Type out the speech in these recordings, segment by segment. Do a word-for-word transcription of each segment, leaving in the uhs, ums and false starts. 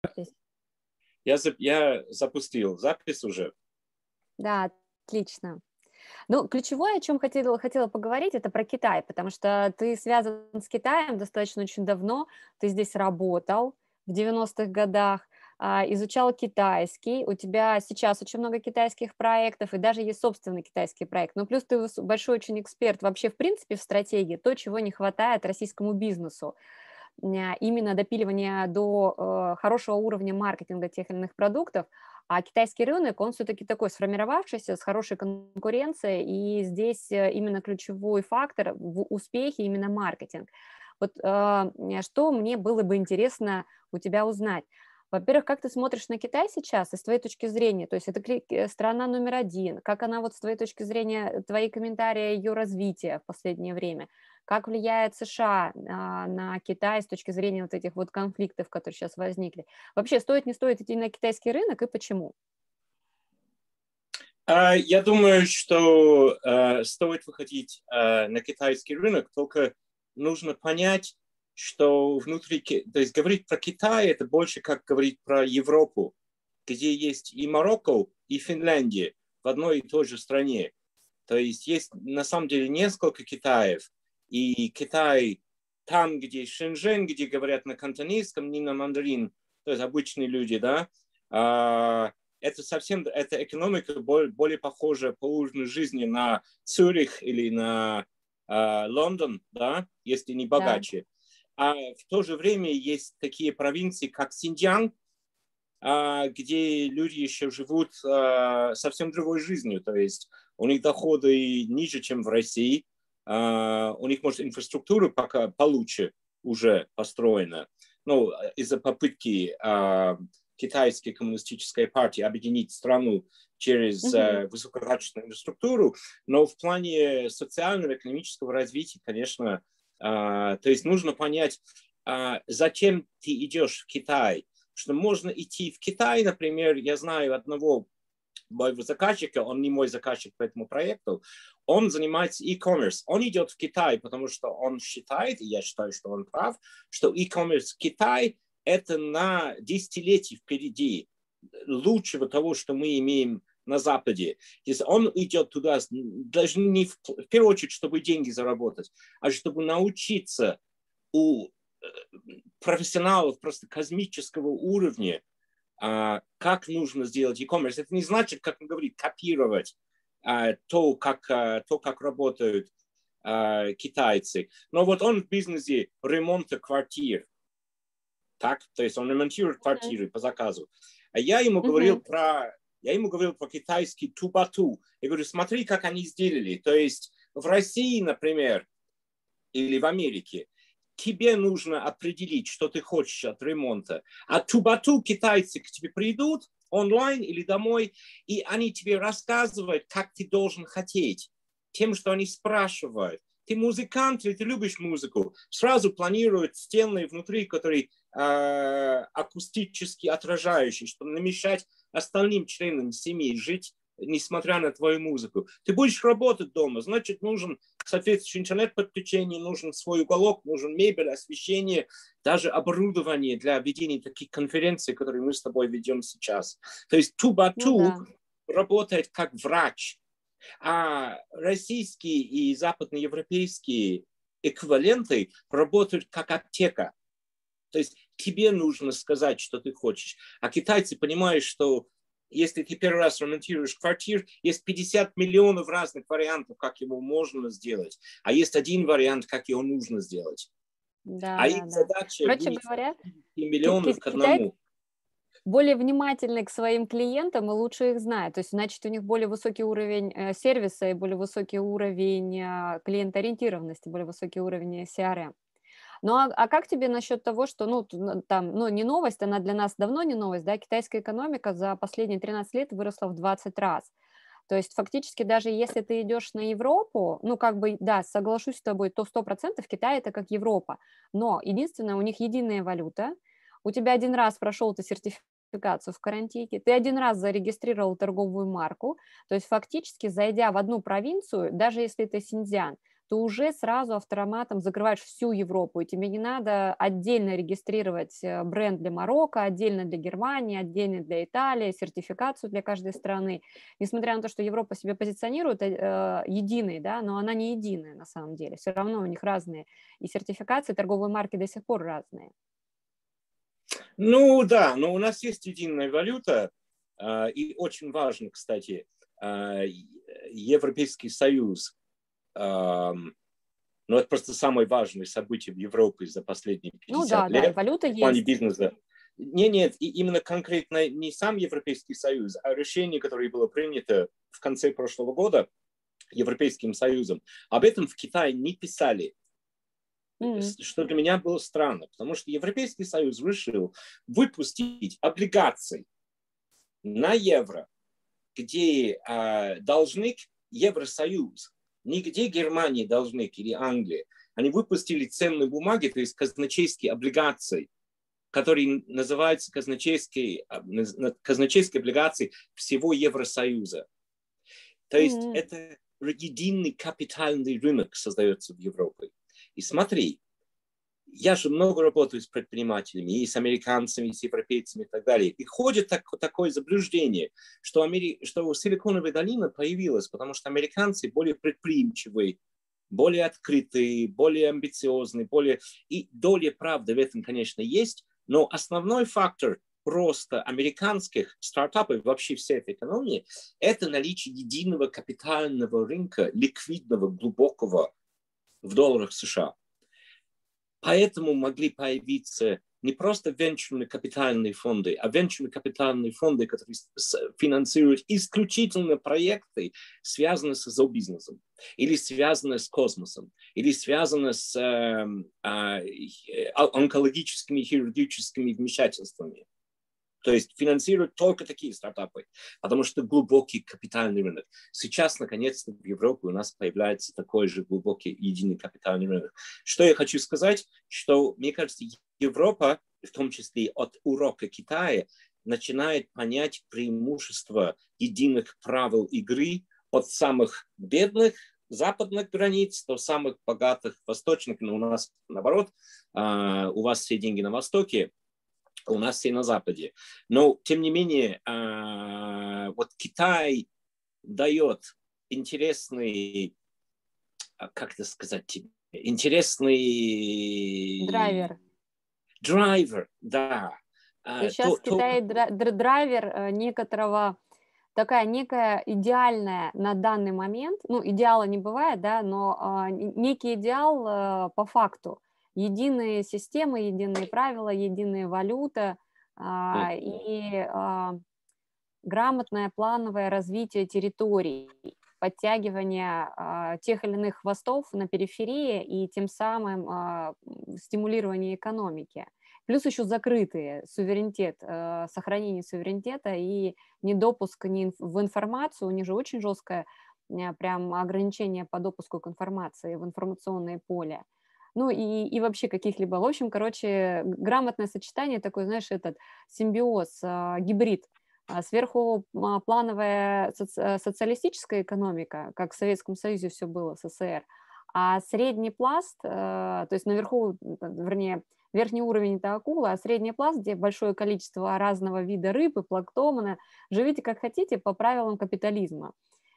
Запись. Я, за- я запустил запись уже. Да, отлично. Ну, ключевое, о чем хотела, хотела поговорить, это про Китай, потому что ты связан с Китаем достаточно очень давно, ты здесь работал в девяностых годах, а, изучал китайский, у тебя сейчас очень много китайских проектов, и даже есть собственный китайский проект. Ну, плюс ты выс- большой очень эксперт вообще, в принципе, в стратегии, то, чего не хватает российскому бизнесу. Ня именно допиливание до, э, хорошего уровня маркетинга тех или иных продуктов. А китайский рынок, он все-таки такой сформировавшийся, с хорошей конкуренцией, и здесь э, именно ключевой фактор в успехе именно маркетинг. Вот э, что мне было бы интересно у тебя узнать. Во-первых, как ты смотришь на Китай сейчас и с твоей точки зрения? То есть это кли- э, страна номер один. Как она вот с твоей точки зрения, твои комментарии ее развития в последнее время? Как влияет США а, на Китай с точки зрения вот этих вот конфликтов, которые сейчас возникли? Вообще, стоит, не стоит идти на китайский рынок и почему? А, Я думаю, что э, стоит выходить э, на китайский рынок, только нужно понять, что внутри, Ки- то есть говорить про Китай, это больше как говорить про Европу, где есть и Марокко, и Финляндия в одной и той же стране. То есть есть на самом деле несколько Китаев, и Китай там, где Шэньчжэнь, где говорят на кантонийском, не на мандарин, то есть обычные люди, да, а, это совсем, эта экономика более, более похожа по уровню жизни на Цюрих или на э, Лондон, да, если не Да. богаче. А в то же время есть такие провинции, как Синьцзян, э, где люди еще живут э, совсем другой жизнью, то есть у них доходы ниже, чем в России, э, у них, может, инфраструктура пока получше уже построена, ну, из-за попытки э, китайской коммунистической партии объединить страну через Мгм. э, высококачественную инфраструктуру, но в плане социального, экономического развития, конечно, э, то есть нужно понять, э, зачем ты идешь в Китай, что можно идти в Китай, например, я знаю одного моего заказчика, он не мой заказчик по этому проекту, он занимается e-commerce. Он идет в Китай, потому что он считает, и я считаю, что он прав, что e-commerce в Китай это на десятилетия впереди лучшего того, что мы имеем на Западе. Если он идет туда, даже не в, в первую очередь, чтобы деньги заработать, а чтобы научиться у профессионалов просто космического уровня, а, как нужно сделать e-commerce. Это не значит, как он говорит, копировать а, то, как, а, то, как работают а, китайцы. Но вот он в бизнесе ремонта квартир. Так? То есть он ремонтирует Мгм. квартиры по заказу. А я ему говорил Мгм. про я ему говорил про китайский тубату. Я говорю, смотри, как они сделали. То есть в России, например, или в Америке, тебе нужно определить, что ты хочешь от ремонта. А тубату китайцы к тебе придут онлайн или домой, и они тебе рассказывают, как ты должен хотеть. Тем, что они спрашивают. Ты музыкант или ты любишь музыку? Сразу планируют стены внутри, которые э, акустически отражающие, чтобы не мешать остальным членам семьи жить, несмотря на твою музыку. Ты будешь работать дома, значит, нужен соответствующее интернет-подключение, нужен свой уголок, нужен мебель, освещение, даже оборудование для ведения таких конференций, которые мы с тобой ведем сейчас. То есть Ну Тубату да. работает как врач, а российские и западноевропейские эквиваленты работают как аптека. То есть тебе нужно сказать, что ты хочешь. А китайцы понимают, что если ты первый раз ремонтируешь квартиру, есть пятьдесят миллионов разных вариантов, как его можно сделать. А есть один вариант, как его нужно сделать. Да, А да, их да. задача Короче будет говоря, ки- миллионов ки- к Китай одному. более внимательны к своим клиентам и лучше их знает. То есть, значит, у них более высокий уровень э, сервиса и более высокий уровень э, клиентоориентированности, более высокий уровень си ар эм. Ну, а, а как тебе насчет того, что, ну, т- н- там, ну, не новость, она для нас давно не новость, да, китайская экономика за последние тринадцать лет выросла в двадцать раз. То есть фактически даже если ты идешь на Европу, ну, как бы, да, соглашусь с тобой, то сто процентов Китай это как Европа. Но единственное, у них единая валюта, у тебя один раз прошел ты сертификацию в карантике, ты один раз зарегистрировал торговую марку, то есть фактически, зайдя в одну провинцию, даже если это Синьцзян, ты то уже сразу автоматом закрываешь всю Европу, и тебе не надо отдельно регистрировать бренд для Марокко, отдельно для Германии, отдельно для Италии, сертификацию для каждой страны. Несмотря на то, что Европа себя позиционирует э, единой, да, но она не единая на самом деле. Все равно у них разные и сертификации, торговые марки до сих пор разные. Ну да, но у нас есть единая валюта, и очень важно, кстати, Европейский Союз. Ну, это просто самое важное событие в Европе за последние Ну пятьдесят да, да, и лет валюта в плане есть. бизнеса. Нет, нет, и именно конкретно не сам Европейский Союз, а решение, которое было принято в конце прошлого года Европейским Союзом. Об этом в Китае не писали. Mm-hmm. Что для меня было странно, потому что Европейский Союз решил выпустить облигации на евро, где э, должник Евросоюз, не где Германия должник или Англия. Они выпустили ценные бумаги, то есть казначейские облигации, которые называются казначейские, казначейские облигации всего Евросоюза. То есть mm-hmm. это единый капитальный рынок создается в Европе. И смотри, я же много работаю с предпринимателями, и с американцами, и с европейцами и так далее. И ходит так, такое заблуждение, что, Амери... что Силиконовая долина появилась, потому что американцы более предприимчивые, более открытые, более амбициозные, более... И доля правды в этом, конечно, есть, но основной фактор просто американских стартапов, вообще всей этой экономии, это наличие единого капитального рынка, ликвидного, глубокого в долларах США. Поэтому могли появиться не просто венчурные капитальные фонды, а венчурные капитальные фонды, которые финансируют исключительно проекты, связанные с зообизнесом, или связанные с космосом, или связанные с э, э, онкологическими хирургическими вмешательствами. То есть финансируют только такие стартапы, потому что глубокий капитальный рынок. Сейчас, наконец-то, в Европе у нас появляется такой же глубокий единый капитальный рынок. Что я хочу сказать, что, мне кажется, Европа, в том числе от урока Китая, начинает понять преимущество единых правил игры от самых бедных западных границ до самых богатых восточных. Но у нас, наоборот, у вас все деньги на Востоке, у нас все на Западе. Но, тем не менее, э, вот Китай дает интересный, как это сказать тебе, интересный... Драйвер. Драйвер, да. То есть сейчас то, Китай то... драйвер некоторого, такая некая идеальная на данный момент, ну, идеала не бывает, да, но э, некий идеал э, по факту. Единые системы, единые правила, единая валюта а, mm. и а, грамотное плановое развитие территорий, подтягивание а, тех или иных хвостов на периферии и тем самым а, стимулирование экономики. Плюс еще закрытые суверенитет, а, сохранение суверенитета и недопуск не инф- в информацию, у них же очень жесткое а, прям ограничение по допуску к информации в информационное поле. Ну и, и вообще каких-либо. В общем, короче, грамотное сочетание, такой, знаешь, этот симбиоз, э, гибрид. Сверху плановая соци- социалистическая экономика, как в Советском Союзе все было, СССР, а средний пласт, э, то есть наверху, вернее, верхний уровень – это акула, а средний пласт, где большое количество разного вида рыбы, планктона, живите как хотите по правилам капитализма.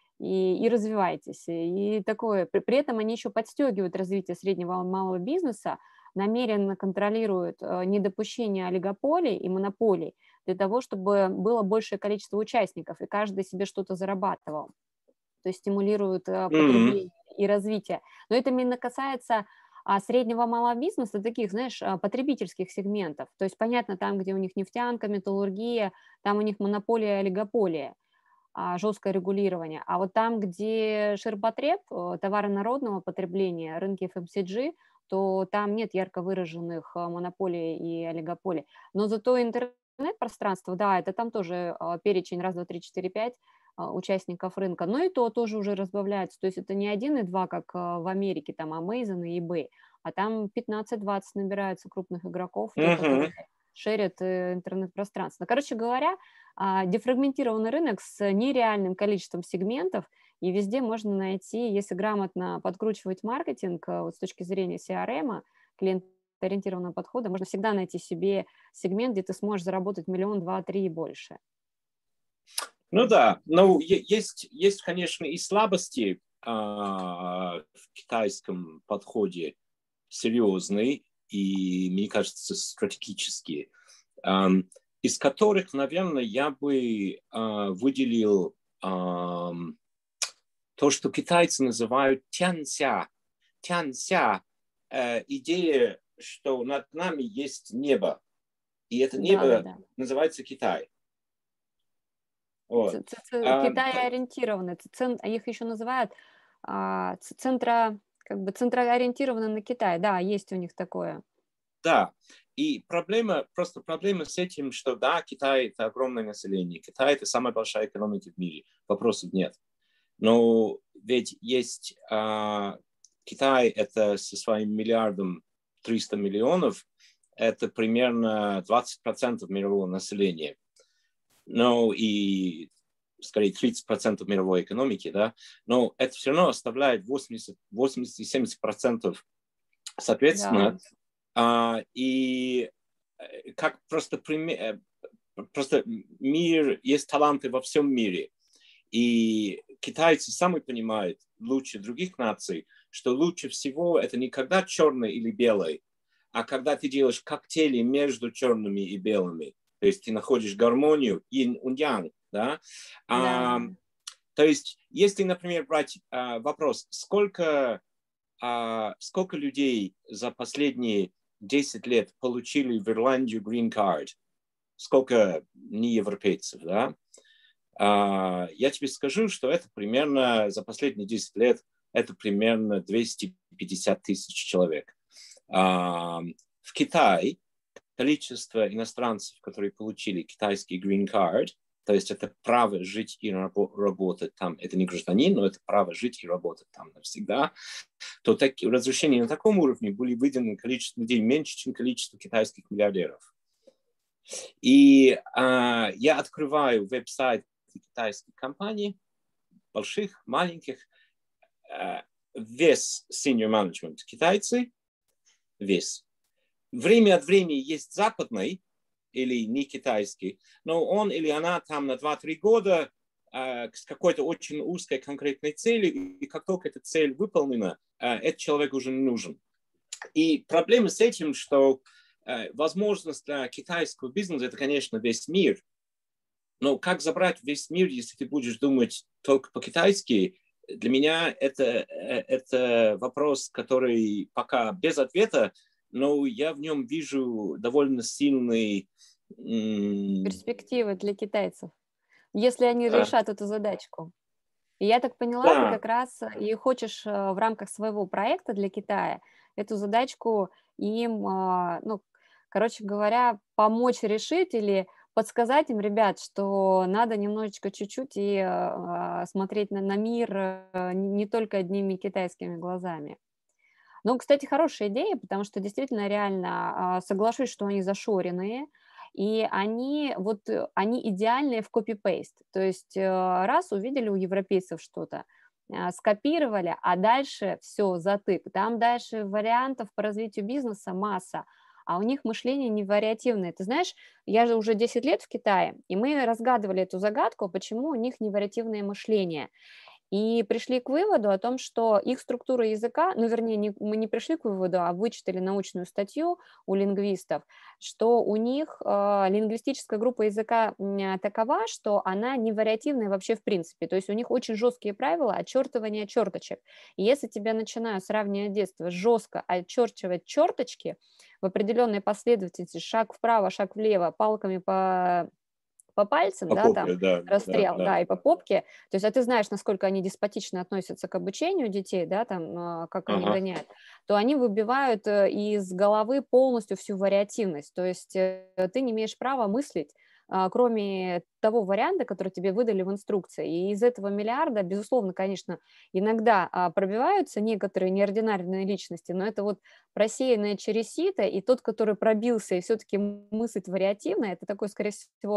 И, и развивайтесь. И такое, при, при этом они еще подстегивают развитие среднего и малого бизнеса, намеренно контролируют э, недопущение олигополий и монополий для того, чтобы было большее количество участников, и каждый себе что-то зарабатывал. То есть стимулируют э, потребление mm-hmm. и развитие. Но это именно касается а, среднего и малого бизнеса, таких, знаешь, потребительских сегментов. То есть понятно, там, где у них нефтянка, металлургия, там у них монополия, олигополия, жесткое регулирование. А вот там, где ширпотреб, товары народного потребления, рынки эф эм си джи, то там нет ярко выраженных монополий и олигополий. Но зато интернет-пространство, да, это там тоже перечень раз, два, три, четыре, пять участников рынка, но и то тоже уже разбавляется. То есть это не один и два, как в Америке, там Amazon и eBay, а там пятнадцать-двадцать набираются крупных игроков, те, uh-huh. которые шерят интернет-пространство. Короче говоря, дефрагментированный рынок с нереальным количеством сегментов, и везде можно найти, если грамотно подкручивать маркетинг вот с точки зрения си ар эм, клиент-ориентированного подхода, можно всегда найти себе сегмент, где ты сможешь заработать миллион, два, три и больше. Ну да, но есть, есть, конечно, и слабости а, в китайском подходе серьезные и, мне кажется, стратегические, а, из которых, наверное, я бы а, выделил а, то, что китайцы называют тянься. Тянься э, идея, что над нами есть небо, и это небо да, да, да. называется Китай. Вот. Китай ориентированы, их еще называют а, центро, как бы центроориентированы на Китай, да, есть у них такое. Да, и проблема, просто проблема с этим, что да, Китай это огромное население, Китай это самая большая экономика в мире, вопросов нет. Но ведь есть а, Китай это со своим миллиардом триста миллионов, это примерно двадцать процентов мирового населения. Ну и скорее тридцать процентов мировой экономики, да, но это все равно оставляет восемьдесят-семьдесят процентов соответственно. Да. А, и как просто пример, просто мир, есть таланты во всем мире. И китайцы сами понимают лучше других наций, что лучше всего это не когда черный или белый, а когда ты делаешь коктейли между черными и белыми. То есть ты находишь гармонию инь-янь, да? Да. А, то есть, если, например, брать а, вопрос, сколько, а, сколько людей за последние десять лет получили в Ирландию green card, сколько неевропейцев, да? А, я тебе скажу, что это примерно за последние десять лет это примерно двести пятьдесят тысяч человек. А, в Китае количество иностранцев, которые получили китайский green card, то есть это право жить и работать там, это не гражданин, но это право жить и работать там навсегда, то такие разрешения на таком уровне были выданы количество людей меньше, чем количество китайских миллиардеров. И а, я открываю веб-сайт китайских компаний, больших, маленьких, а, весь senior management китайцы, весь. Время от времени есть западный или не китайский, но он или она там на два-три года э, с какой-то очень узкой конкретной целью, и как только эта цель выполнена, э, этот человек уже не нужен. И проблема с этим, что э, возможность для китайского бизнеса, это, конечно, весь мир, но как забрать весь мир, если ты будешь думать только по-китайски, для меня это, это вопрос, который пока без ответа, но я в нем вижу довольно сильные перспективы для китайцев, если они а, решат эту задачку. И я так поняла, да. ты как раз и хочешь в рамках своего проекта для Китая эту задачку им, ну, короче говоря, помочь решить или подсказать им, ребят, что надо немножечко чуть-чуть и смотреть на, на мир не только одними китайскими глазами. Ну, кстати, хорошая идея, потому что действительно реально соглашусь, что они зашоренные, и они, вот, они идеальные в копи-пейст. То есть раз увидели у европейцев что-то, скопировали, а дальше все, затык. Там дальше вариантов по развитию бизнеса масса, а у них мышление не вариативное. Ты знаешь, я же уже десять лет в Китае, и мы разгадывали эту загадку, почему у них не вариативное мышление. И пришли к выводу о том, что их структура языка, ну, вернее, не, мы не пришли к выводу, а вычитали научную статью у лингвистов, что у них э, лингвистическая группа языка э, такова, что она не вариативная вообще в принципе. То есть у них очень жесткие правила отчертывания черточек. И если тебя начинаю сравнивать детство жестко отчерчивать черточки в определенной последовательности, шаг вправо, шаг влево, палками по... по пальцам, по да, попе, там, да, расстрел, да, да, да. и по попке, то есть, а ты знаешь, насколько они деспотично относятся к обучению детей, да, там, как они Ага. гоняют, то они выбивают из головы полностью всю вариативность, то есть ты не имеешь права мыслить, кроме того варианта, который тебе выдали в инструкции, и из этого миллиарда, безусловно, конечно, иногда пробиваются некоторые неординарные личности, но это вот просеянное через сито, и тот, который пробился и все-таки мыслит вариативно, это такой, скорее всего,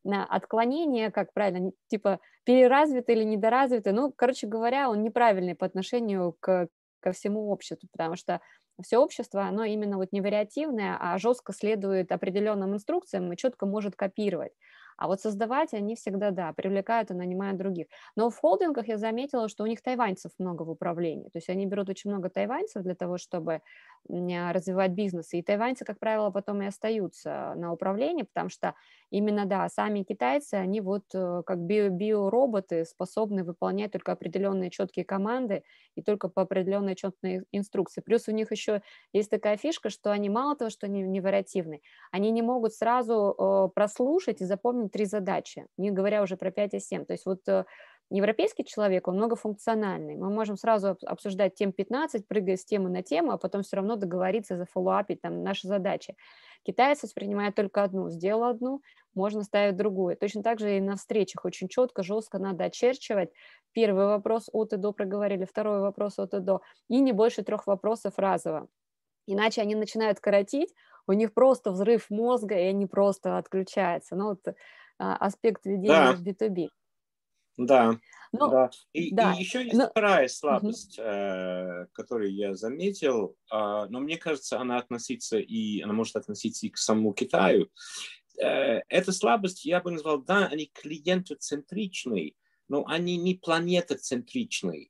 на отклонение, как правильно, типа переразвитый или недоразвитый. Ну, короче говоря, он неправильный по отношению к, ко всему обществу, потому что все общество, оно именно вот не вариативное, а жестко следует определенным инструкциям и четко может копировать. А вот создавать они всегда, да, привлекают и нанимают других. Но в холдингах я заметила, что у них тайваньцев много в управлении. То есть они берут очень много тайваньцев для того, чтобы развивать бизнес. И тайваньцы, как правило, потом и остаются на управлении, потому что именно, да, сами китайцы, они вот э, как био- биороботы способны выполнять только определенные четкие команды и только по определенной четной инструкции. Плюс у них еще есть такая фишка, что они мало того, что они не вариативны, они не могут сразу э, прослушать и запомнить три задачи, не говоря уже про пять и семь. То есть вот э, европейский человек, он многофункциональный. Мы можем сразу об- обсуждать тем пятнадцать, прыгая с темы на тему, а потом все равно договориться, зафоллоуапить там наши задачи. Китайцы воспринимают только одну. Сделал одну, можно ставить другую. Точно так же и на встречах очень четко, жестко надо очерчивать. Первый вопрос от и до проговорили, второй вопрос от и до. И не больше трех вопросов разово. Иначе они начинают коротить, у них просто взрыв мозга, и они просто отключаются. Ну, вот а, аспект ведения Да, в би ту би. да, Ну, да. И, и да, еще есть ну, вторая мгм. слабость, э, которую я заметил, а, но мне кажется, она относится и она может относиться и к самому Китаю. Э, эта слабость, я бы назвал, да, они клиентоцентричные, но они не планетоцентричные.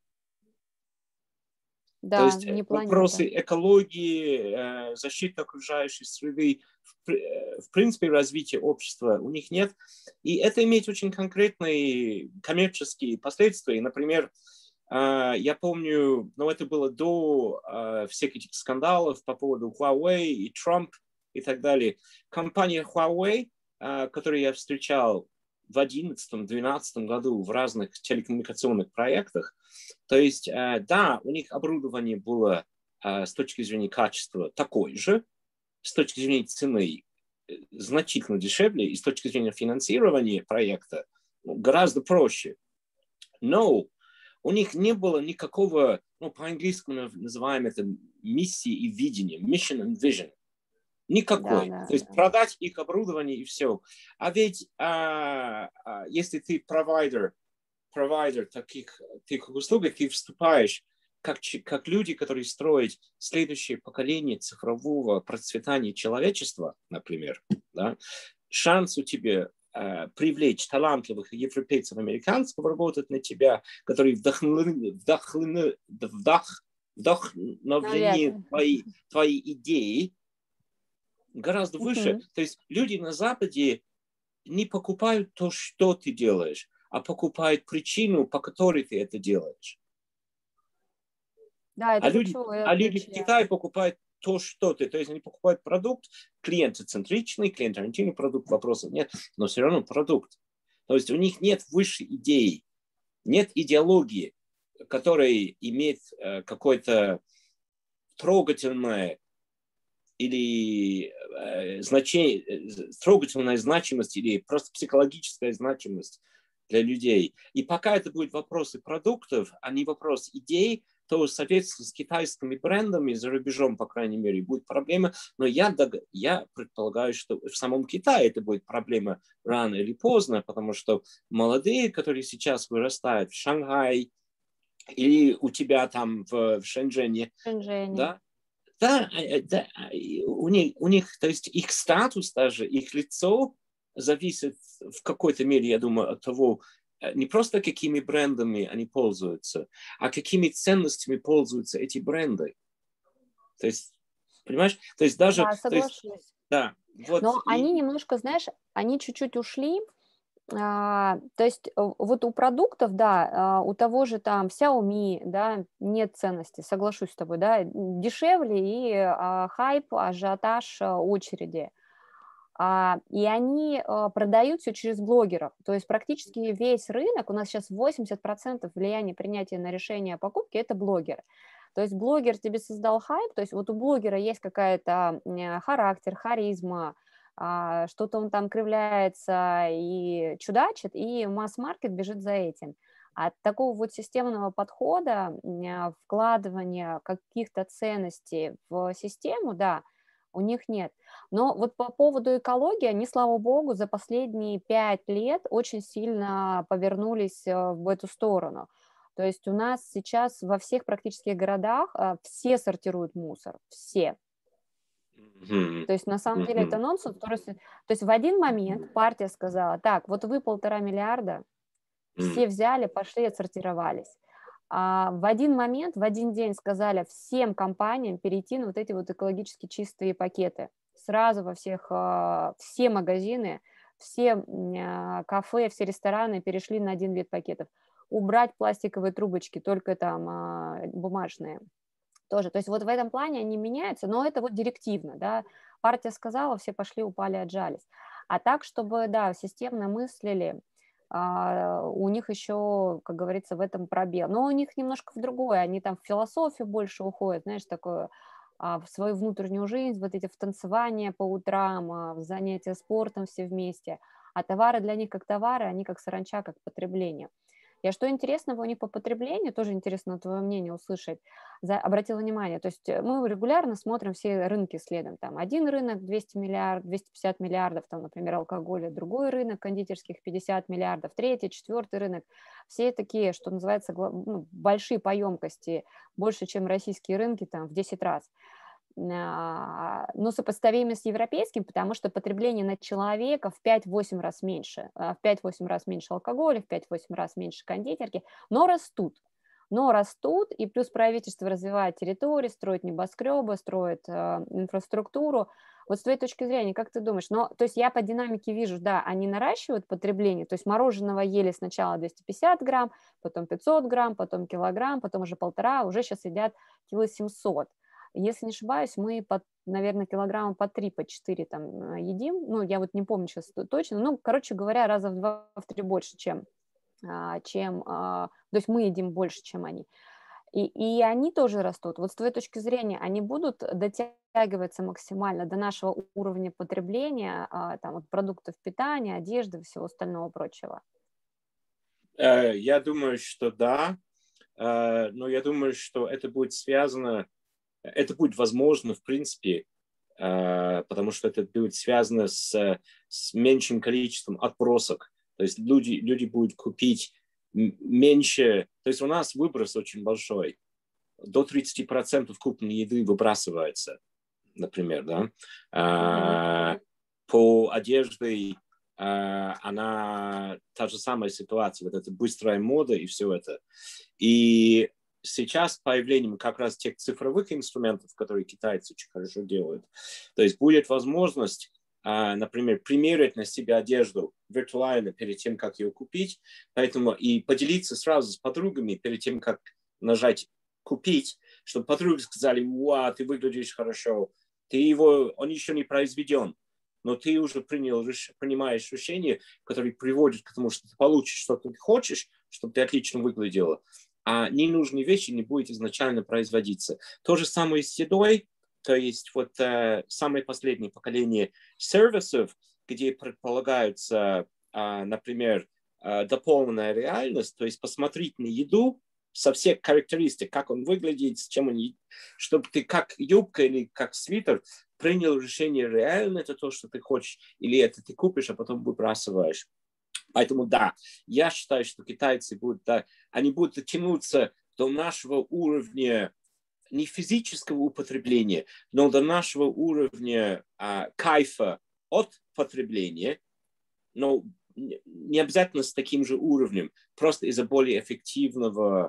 То Да, есть э, не планета. вопросы экологии, э, защиты окружающей среды, в, э, в принципе, развития общества у них нет. И это имеет очень конкретные коммерческие последствия. Например, э, я помню, ну это было до э, всех этих скандалов по поводу Huawei и Trump и так далее. Компания Huawei, э, которую я встречал в одиннадцатом-двенадцатом году в разных телекоммуникационных проектах, то есть, э, да, у них оборудование было э, с точки зрения качества такое же, с точки зрения цены э, значительно дешевле, и с точки зрения финансирования проекта ну, гораздо проще. Но у них не было никакого, ну, по-английски мы называем это миссии и видения, mission and vision. Да, Никакой. да, То есть да. продать их оборудование и все. А ведь а, а, если ты провайдер, провайдер таких, таких услуг, ты вступаешь как, как люди, которые строят следующее поколение цифрового процветания человечества, например, да, шанс у тебя э, привлечь талантливых европейцев, американцев работать на тебя, которые вдохновлены, вдохновлены, вдох, вдохновлены Навязано. твои, твои идеи, гораздо выше. Мгм. То есть люди на Западе не покупают то, что ты делаешь, а покупают причину, по которой ты это делаешь. Да, А это люди, ключевое а люди в отличие. Китае покупают то, что ты. То есть они покупают продукт, клиентоцентричный, клиент-ориентированный продукт, вопросов нет, но все равно продукт. То есть у них нет высшей идеи, нет идеологии, которая имеет э, какое-то трогательное или э, значение, э, трогательная значимость или просто психологическая значимость для людей. И пока это будут вопросы продуктов, а не вопрос идей, то, соответственно, с китайскими брендами за рубежом, по крайней мере, будет проблема. Но я, я предполагаю, что в самом Китае это будет проблема рано или поздно, потому что молодые, которые сейчас вырастают в Шанхае или у тебя там в, в Шэньчжэне, Шэньчжэне. да, да, да, у них, у них, то есть их статус даже, их лицо зависит в какой-то мере, я думаю, от того, не просто какими брендами они пользуются, а какими ценностями пользуются эти бренды. То есть, понимаешь? То есть даже, Да, то есть, соглашусь. да, вот, Но они и, немножко, знаешь, они чуть-чуть ушли. А, то есть, э, вот у продуктов, да, а, у того же там Xiaomi, да, нет ценности, соглашусь с тобой, да, м, дешевле и а, хайп, ажиотаж, а, очереди. А, и они а, продают все через блогеров. То есть практически весь рынок, у нас сейчас восемьдесят процентов влияния принятия на решение о покупке – это блогеры. То есть блогер тебе создал хайп, то есть вот у блогера есть какая-то м, характер, харизма, а, что-то он там кривляется и чудачит, и масс-маркет бежит за этим. От такого вот системного подхода, м, а, вкладывания каких-то ценностей в систему, да, У них нет. Но вот по поводу экологии, они, слава богу, за последние пять лет очень сильно повернулись э, в эту сторону. То есть у нас сейчас во всех практически городах а, все сортируют мусор, все. Мгм. То есть на самом деле это Мгм. нонсенс. То есть, то есть в один момент партия сказала, так, вот вы полтора миллиарда, М. все взяли, пошли, отсортировались. А в один момент, в один день сказали всем компаниям перейти на вот эти вот экологически чистые пакеты. Сразу во всех, а, все магазины, все м, а, кафе, все рестораны перешли на один вид пакетов. Убрать пластиковые трубочки, только там а, бумажные. Тоже. То есть вот в этом плане они меняются, но это вот директивно, да. Партия сказала, все пошли, упали, отжались. А так, чтобы, да, системно мыслили, а, у них еще, как говорится, в этом пробел. Но у них немножко в другое, они там в философию больше уходят, знаешь, такое, а, в свою внутреннюю жизнь, вот эти в танцевание по утрам, а, в занятия спортом все вместе. А товары для них как товары, они как саранча, как потребление. Я что интересного у них по потреблению, тоже интересно твое мнение услышать, за, обратила внимание, то есть э, мы регулярно смотрим все рынки, следом, там один рынок двести миллиардов, двести пятьдесят миллиардов, там, например, алкоголя, другой рынок кондитерских пятьдесят миллиардов, третий, четвертый рынок, все такие, что называется, гла- ну, большие по емкости, больше, чем российские рынки, там, в десять раз. А, но сопоставимы с европейским, потому что потребление на человека в пять-восемь раз меньше, а, в пять-восемь раз меньше алкоголя, в пять-восемь раз меньше кондитерки, но растут. Но растут, и плюс правительство развивает территории, строит небоскребы, строит э, инфраструктуру. Вот с твоей точки зрения, как ты думаешь? Но, то есть я по динамике вижу, да, они наращивают потребление, то есть мороженого ели сначала двести пятьдесят грамм, потом пятьсот грамм, потом килограмм, потом уже полтора, уже сейчас едят кило семьсот. Если не ошибаюсь, мы, по, наверное, килограмма по три, по четыре там э, едим. Ну, я вот не помню сейчас точно. Ну, короче говоря, раза в два, в три больше, чем, а, чем а, то есть мы едим больше, чем они. И, и они тоже растут. Вот с твоей точки зрения, они будут дотягиваться максимально до нашего уровня потребления, а, там, вот продуктов питания, одежды, всего остального прочего? Э, Я думаю, что да, Э, но я думаю, что это будет связано, это будет возможно, в принципе, э, потому что это будет связано с, с меньшим количеством отбросок. То есть люди, люди будут купить м- меньше. То есть у нас выброс очень большой. До тридцати процентов купленной еды выбрасывается, например, да. Мгм. А, по одежде а, она та же самая ситуация, вот эта быстрая мода и все это. И сейчас с появлением как раз тех цифровых инструментов, которые китайцы очень хорошо делают, то есть будет возможность, а, например, примерить на себя одежду виртуально перед тем, как ее купить, поэтому и поделиться сразу с подругами перед тем, как нажать купить, чтобы подруги сказали, вау, ты выглядишь хорошо, ты его, он еще не произведен, но ты уже принял, принимаешь решение, которое приводит к тому, что ты получишь, что ты хочешь, чтобы ты отлично выглядела, а ненужные вещи не будут изначально производиться. То же самое с едой, то есть вот э, самое последнее поколение сервисов, где предполагается, э, например, э, дополненная реальность, то есть посмотреть на еду со всех характеристик, как он выглядит, с чем он, чтобы ты как юбка или как свитер принял решение, реально это то, что ты хочешь, или это ты купишь, а потом выбрасываешь. Поэтому да, я считаю, что китайцы будут, да, они будут тянуться до нашего уровня не физического употребления, но до нашего уровня а, кайфа от потребления, но не обязательно с таким же уровнем, просто из-за более эффективного,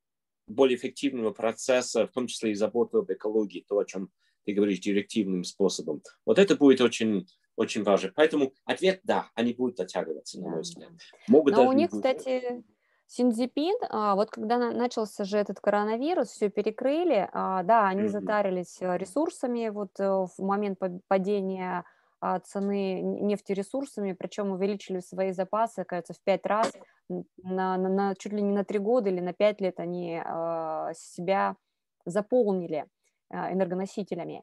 более эффективного процесса, в том числе и заботы об экологии, то, о чем ты говоришь, директивным способом. Вот это будет очень, очень важно. Поэтому ответ – да, они будут дотягиваться, на Да, мой да. взгляд. Могут Но у даже не них, будут. кстати, Синьцзипин, а, вот когда на- начался же этот коронавирус, все перекрыли, а, да, они Мгм. затарились э, ресурсами вот э, в момент па- падения а, цены н- нефтересурсами, причем увеличили свои запасы, кажется, в пять раз, н- на, на- на- чуть ли не на три года или на пять лет они а, себя заполнили а, энергоносителями.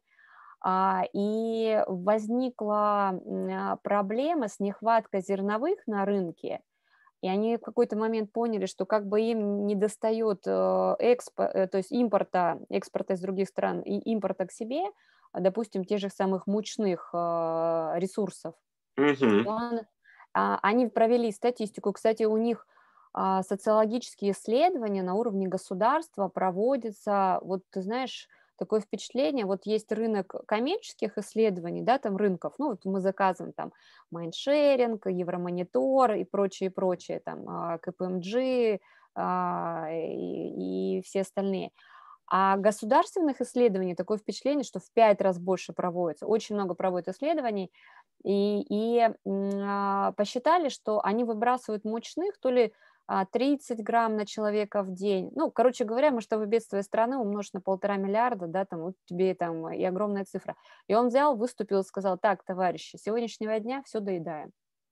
А, И возникла м, а, проблема с нехваткой зерновых на рынке, и они в какой-то момент поняли, что как бы им не достает э, экспо, э, то есть импорта, экспорта из других стран и импорта к себе, допустим, тех же самых мучных э, ресурсов. Мгм. Он, а, они провели статистику. Кстати, у них а, социологические исследования на уровне государства проводятся. Вот ты знаешь, такое впечатление, вот есть рынок коммерческих исследований, да, там рынков, ну вот мы заказываем там майндшеринг, Евромонитор и прочее, прочее, там а, ка пэ эм джи а, и, и все остальные. А государственных исследований такое впечатление, что в пять раз больше проводится. Очень много проводят исследований. И, и м, а, посчитали, что они выбрасывают мучных то ли а, тридцать грамм на человека в день. Ну, короче говоря, масштабы бедствия страны умножить на полтора миллиарда, да, там вот тебе там и огромная цифра. И он взял, выступил и сказал: так, товарищи, с сегодняшнего дня все доедаем.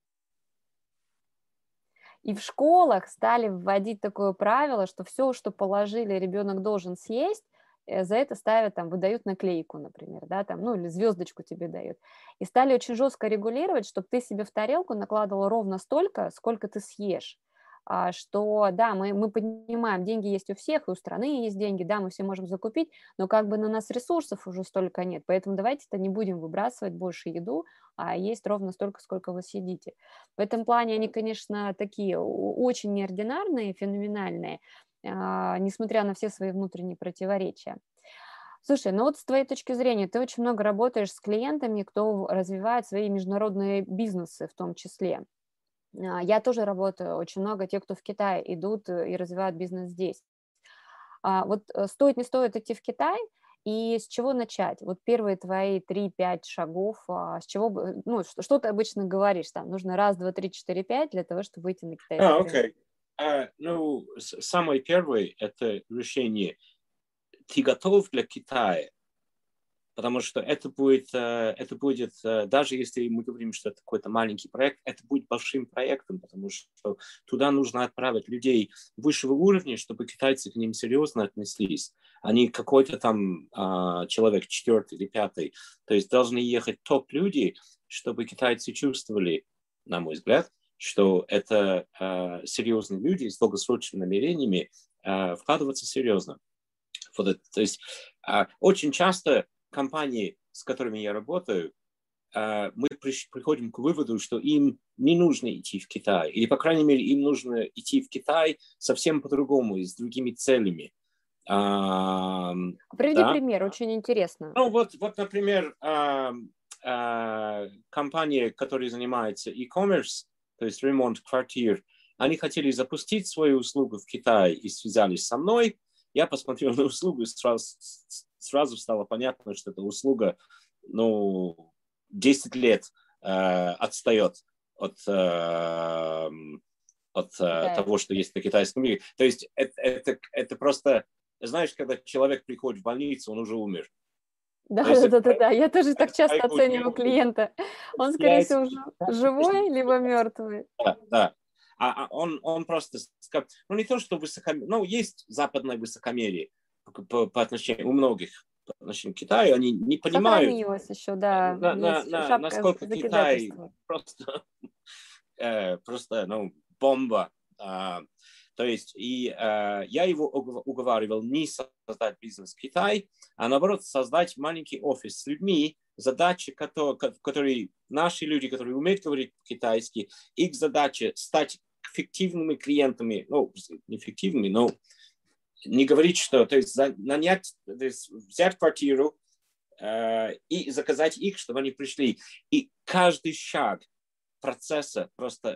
И в школах стали вводить такое правило, что все, что положили, ребенок должен съесть, э, за это ставят, там, выдают наклейку, например, да, там, ну или звездочку тебе дают. И стали очень жестко регулировать, чтобы ты себе в тарелку накладывал ровно столько, сколько ты съешь. А, что, да, мы, мы понимаем, деньги есть у всех, и у страны есть деньги, да, мы все можем закупить, но как бы на нас ресурсов уже столько нет, поэтому давайте-то не будем выбрасывать больше еду, а есть ровно столько, сколько вы съедите. В этом плане они, конечно, такие очень неординарные, феноменальные, а, несмотря на все свои внутренние противоречия. Слушай, ну вот с твоей точки зрения, ты очень много работаешь с клиентами, кто развивает свои международные бизнесы в том числе. А, Я тоже работаю, очень много тех, кто в Китай идут э, и развивают бизнес здесь. А вот э, стоит, не стоит идти в Китай, и с чего начать? Вот первые твои три-пять шагов, а, с чего, бы- ну, что, что ты обычно говоришь, там, нужно раз, два, три, четыре, пять для того, чтобы выйти на А, китайский рынок. окей. А, ну, с- самое первое – это решение. Ты готов для Китая? Потому что это будет, э, это будет, э, даже если мы говорим, что это какой-то маленький проект, это будет большим проектом, потому что туда нужно отправить людей высшего уровня, чтобы китайцы к ним серьезно отнеслись. Они какой-то там а, человек четвертый или пятый. То есть должны ехать топ-люди, чтобы китайцы чувствовали, на мой взгляд, что это а, серьезные люди с долгосрочными намерениями а, вкладываться серьезно. Вот это, то есть а, очень часто компании, с которыми я работаю, а, мы приш, приходим к выводу, что им не нужно идти в Китай. Или, по крайней мере, им нужно идти в Китай совсем по-другому, и с другими целями. А, Приведи да. пример, очень интересно. Ну, вот, вот например, а, а, компания, которая занимается e-commerce, то есть ремонт квартир, они хотели запустить свою услугу в Китае и связались со мной. Я посмотрел на услугу, и сразу, сразу стало понятно, что эта услуга, ну, десять лет э, отстает от, э, от э, Китая. того, что есть на китайском языке. То есть это, это, это просто, знаешь, когда человек приходит в больницу, он уже умер. Да, То есть да, это, да, да, да. Я тоже так это часто человеку оцениваю клиента. Он, скорее яйца. всего, жив- живой либо мертвый. Да, да. А, а он, он просто, ну не то, что высокомерие, ну есть западное высокомерие по, по, по отношению у многих по отношению к Китаю, они не понимают, Сохранилось еще, да, на, на, есть на, шапка насколько Китай закидательства. просто, э, просто ну, бомба. А, то есть и э, я его уговаривал не создать бизнес в Китае, а наоборот создать маленький офис с людьми, задачи, которые, которые наши люди, которые умеют говорить по-китайски, их задача стать фиктивными клиентами, ну, не фиктивными, но не говорить, что, то есть нанять, то есть взять квартиру э, и заказать их, чтобы они пришли. И каждый шаг процесса просто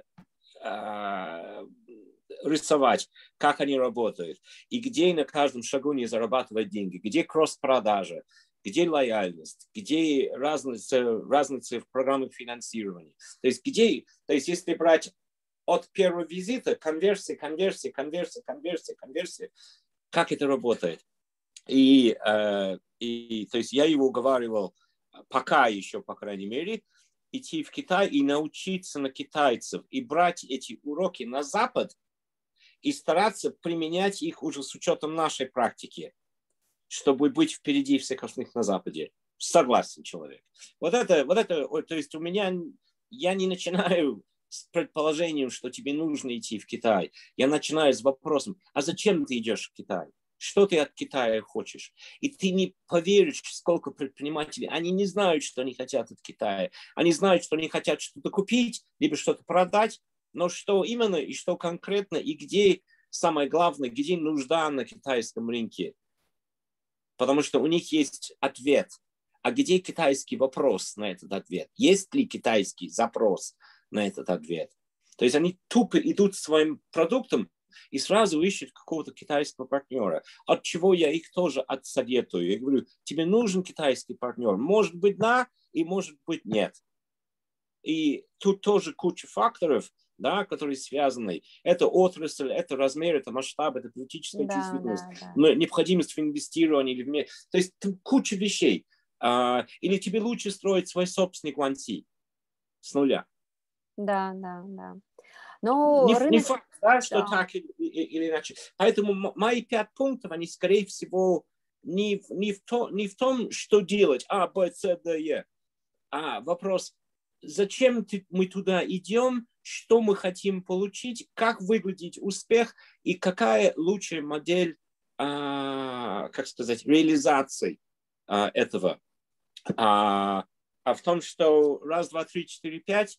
э, рисовать, как они работают, и где на каждом шагу не зарабатывать деньги, где кросс-продажа, где лояльность, где разница, разница в программах финансирования. То есть, где, то есть, если брать от первого визита конверсия, конверсия, конверсия, конверсия, конверсия, как это работает. И, э, и то есть я его уговаривал, пока еще, по крайней мере, идти в Китай и научиться на китайцев и брать эти уроки на Запад и стараться применять их уже с учетом нашей практики, чтобы быть впереди всех остальных на Западе. Согласен человек. Вот это, вот это, то есть у меня, я не начинаю с предположением, что тебе нужно идти в Китай. Я начинаю с вопросом, а зачем ты идешь в Китай? что ты от Китая хочешь. И ты не поверишь, сколько предпринимателей, они не знают, что они хотят от Китая. Они знают, что они хотят что-то купить, либо что-то продать, но что именно и что конкретно, и где, самое главное, где нужда на китайском рынке. Потому что у них есть ответ. А где китайский вопрос на этот ответ? Есть ли китайский запрос на этот ответ? То есть они тупо идут своим продуктом и сразу ищут какого-то китайского партнера. От чего я их тоже отсоветую. Я говорю, тебе нужен китайский партнер. Может быть, да, и может быть, нет. И тут тоже куча факторов, да, которые связаны. Это отрасль, это размер, это масштаб, это политическая Да, чувствительность, да, да. необходимость в инвестировании. То есть куча вещей. Или тебе лучше строить свой собственный гуанси с нуля. Да, да, да. Но Не, не рынок... факт, да, что Да. так или, или иначе. Поэтому мои пять пунктов, они, скорее всего, не, не, в, то, не в том, что делать, А, Б, С, Д, Е, а вопрос, зачем ты, мы туда идем, что мы хотим получить, как выглядит успех и какая лучшая модель, а, как сказать, реализации а, этого. А, а в том, что раз, два, три, четыре, пять,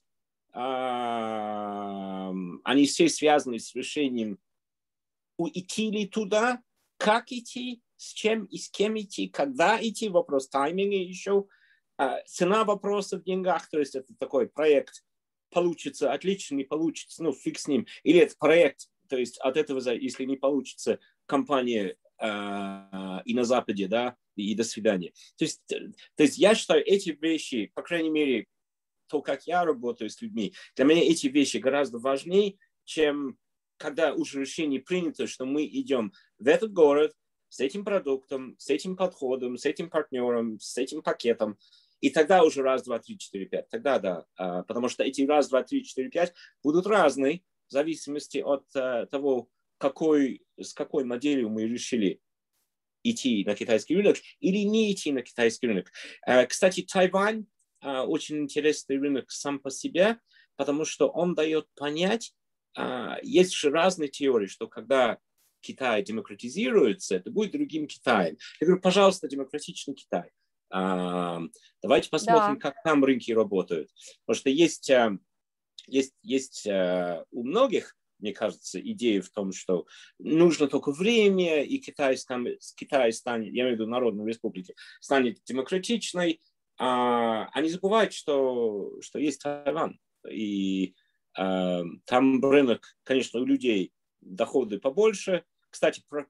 а, они все связаны с решением, идти ли туда, как идти, с чем и с кем идти, когда идти, вопрос тайминга еще, а, цена вопроса в деньгах, то есть это такой проект, получится отлично, не получится, ну фиг с ним, или это проект, то есть от этого, если не получится, компания э, и на Западе, да, и до свидания. То есть, то есть я считаю, эти вещи, по крайней мере, то, как я работаю с людьми, для меня эти вещи гораздо важнее, чем когда уже решение принято, что мы идем в этот город с этим продуктом, с этим подходом, с этим партнером, с этим пакетом. И тогда уже раз, два, три, четыре, пять. Тогда да. Потому что эти раз, два, три, четыре, пять будут разные в зависимости от того, какой, с какой моделью мы решили идти на китайский рынок или не идти на китайский рынок. Кстати, Тайвань очень интересный рынок сам по себе, потому что он дает понять, есть же разные теории, что когда Китай демократизируется, это будет другим Китаем. Я говорю, пожалуйста, демократичный Китай. Давайте посмотрим, Да. как там рынки работают. Потому что есть, есть, есть у многих, мне кажется, идея в том, что нужно только время, и Китай, Китай станет, я имею в виду Народную Республику, станет демократичной. А они забывают, что, что есть Тайвань. И а, там рынок, конечно, у людей доходы побольше. Кстати, про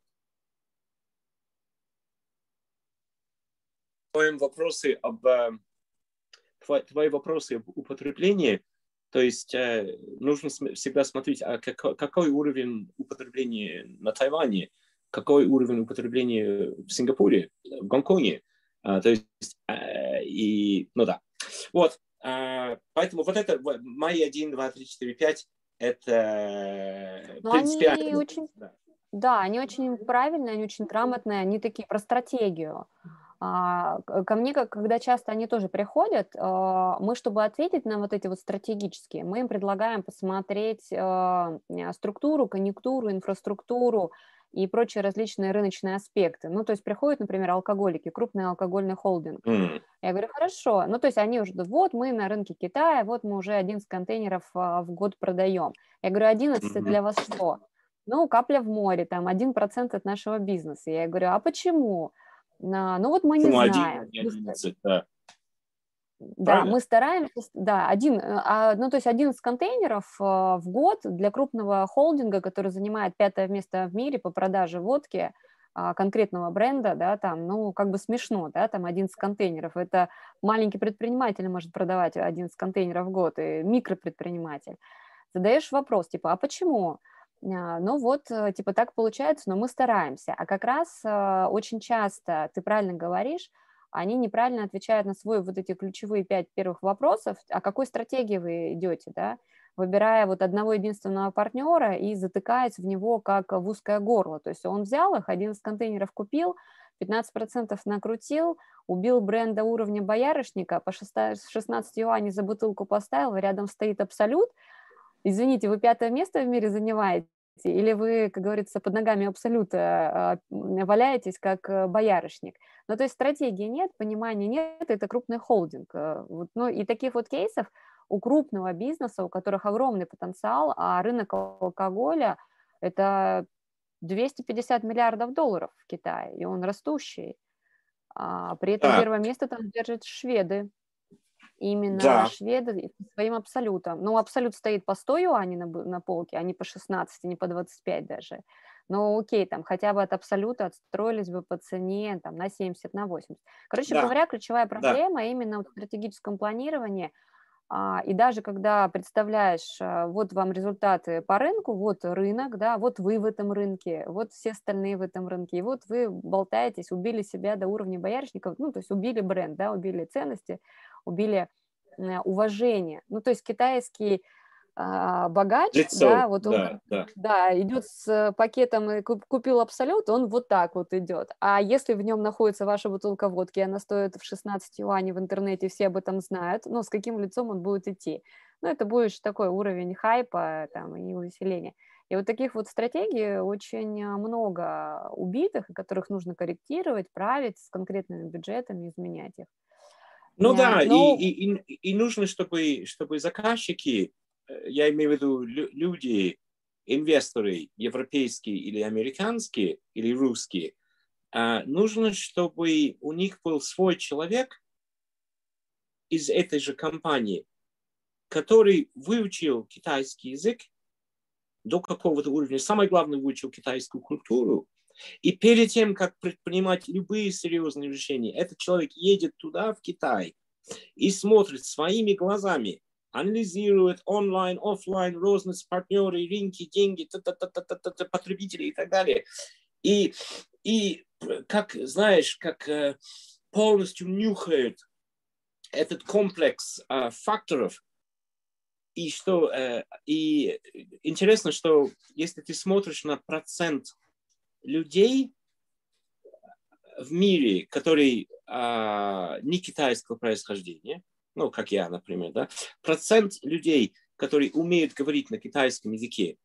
твои вопросы об твои вопросы об употреблении. То есть э, нужно всегда смотреть, а как, какой уровень употребления на Тайване, какой уровень употребления в Сингапуре, в Гонконге. А, то есть, э, и, ну да. Вот, э, поэтому вот это, мои один, два, три, четыре, пять, это Но принципиально. они очень, Да. да, они очень правильные, они очень грамотные, они такие про стратегию. А, ко мне, как, когда часто они тоже приходят, а, мы, чтобы ответить на вот эти вот стратегические, мы им предлагаем посмотреть а, структуру, конъюнктуру, инфраструктуру и прочие различные рыночные аспекты. Ну, то есть приходят, например, алкоголики, крупный алкогольный холдинг. Mm. Я говорю, хорошо. Ну, то есть они уже, вот мы на рынке Китая, вот мы уже одиннадцать контейнеров а, в год продаем. Я говорю, одиннадцать Mm-hmm. для вас что? Ну, капля в море, там, один процент от нашего бизнеса. Я говорю, а почему? На, ну, вот мы не Почему знаем. один, не одиннадцать, да. Да, Правильно? мы стараемся, да, один, а, ну, то есть одиннадцать контейнеров а, в год для крупного холдинга, который занимает пятое место в мире по продаже водки а, конкретного бренда, да, там, ну, как бы смешно, да, там одиннадцать контейнеров. Это маленький предприниматель может продавать одиннадцать контейнеров в год, и микропредприниматель. Задаешь вопрос, типа, а почему? А, Ну вот, э, типа, так получается, но мы стараемся. А как раз а, очень часто, ты правильно говоришь, они неправильно отвечают на свой вот эти ключевые пять первых вопросов, о какой стратегии вы идете, да, выбирая вот одного единственного партнера и затыкаясь в него как в узкое горло. То есть он взял их, одиннадцать контейнеров купил, пятнадцать процентов накрутил, убил бренда уровня боярышника, по шестнадцать юаней за бутылку поставил, рядом стоит Абсолют. Извините, вы пятое место в мире занимаете, или вы, как говорится, под ногами Абсолюта валяетесь, как боярышник. Ну, то есть стратегии нет, понимания нет, это крупный холдинг. Вот, ну, и таких вот кейсов у крупного бизнеса, у которых огромный потенциал, а рынок алкоголя– это двести пятьдесят миллиардов долларов в Китае, и он растущий. А при этом Да, первое место там держат шведы. Именно да, шведы своим Абсолютом. Ну, Абсолют стоит по сто юаней на, на полке, а не по шестнадцать, не по двадцать пять даже. Но окей, там хотя бы от Абсолюта отстроились бы по цене там, на семьдесят, на восемьдесят. Короче да, говоря, ключевая да, проблема именно в стратегическом планировании. А, и даже когда представляешь, а, вот вам результаты по рынку, вот рынок, да, вот вы в этом рынке, вот все остальные в этом рынке, и вот вы болтаетесь, убили себя до уровня боярышников, ну, то есть убили бренд, да, убили ценности, убили э, уважение. Ну, то есть китайский а, богач, лицо, да, вот он, как- да, да. да, идет с пакетом и куп- купил Абсолют, он вот так вот идет. А если в нем находится ваша бутылка водки, и она стоит в шестнадцать юаней в интернете, все об этом знают, ну, с каким лицом он будет идти? Ну, это будет такой уровень хайпа там, и увеселения. И вот таких вот стратегий очень а, много убитых, которых нужно корректировать, править с конкретными бюджетами, изменять их. Ну Э, да, и, Но и, и, и нужно, чтобы, чтобы заказчики, э, я имею в виду лю- люди, инвесторы, европейские или американские, или русские, а, нужно, чтобы у них был свой человек из этой же компании, который выучил китайский язык до какого-то уровня. Самое главное, выучил китайскую культуру. И перед тем, как предпринимать любые серьезные решения, этот человек едет туда, в Китай, и смотрит своими глазами, анализирует онлайн, офлайн, розницы, партнеры, рынки, деньги, та-та-та-та-та-та, потребители и так далее. И, и как, знаешь, как э, полностью нюхает этот комплекс э, факторов. И что э, и интересно, что если ты смотришь на процент людей в мире, которые а, не китайского происхождения, ну, как я, например, да, процент людей, которые умеют говорить на китайском языке,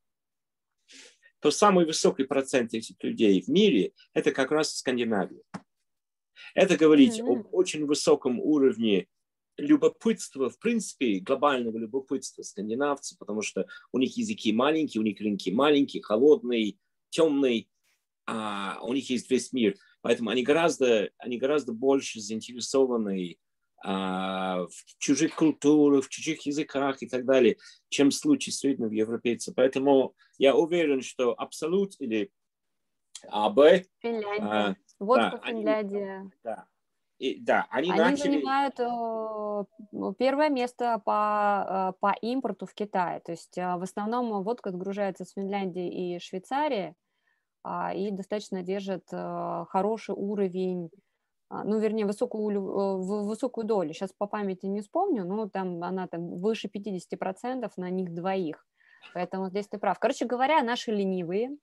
то самый высокий процент этих людей в мире – это как раз Скандинавия. Это говорит об Мгм. очень высоком уровне любопытства, в принципе, глобального любопытства скандинавцев, потому что у них языки маленькие, у них рынки маленькие, холодные, темные, а у них есть весь мир. Поэтому они гораздо, они гораздо больше заинтересованы а, в чужих культурах, в чужих языках и так далее, чем в случае среднего европейца. Поэтому я уверен, что Абсолют или АБ, Финляндия. а, Водка да, они, Финляндия. да, и, да, они Они начали. занимают э, ну, первое место по, э, по импорту в Китае. То есть э, в основном водка отгружается с Финляндии и Швейцарии, а, и достаточно держит э, хороший уровень, а, ну, вернее, высокую, лю- э, в- высокую долю. Сейчас по памяти не вспомню, но там она там выше пятьдесят процентов на них двоих. Поэтому здесь ты прав. Короче говоря, наши ленивые.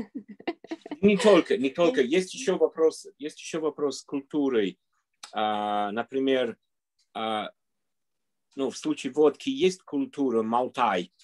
Не только, не только. Есть еще вопрос, есть еще вопрос с культурой. А, например, а, ну, в случае водки есть культура Малтай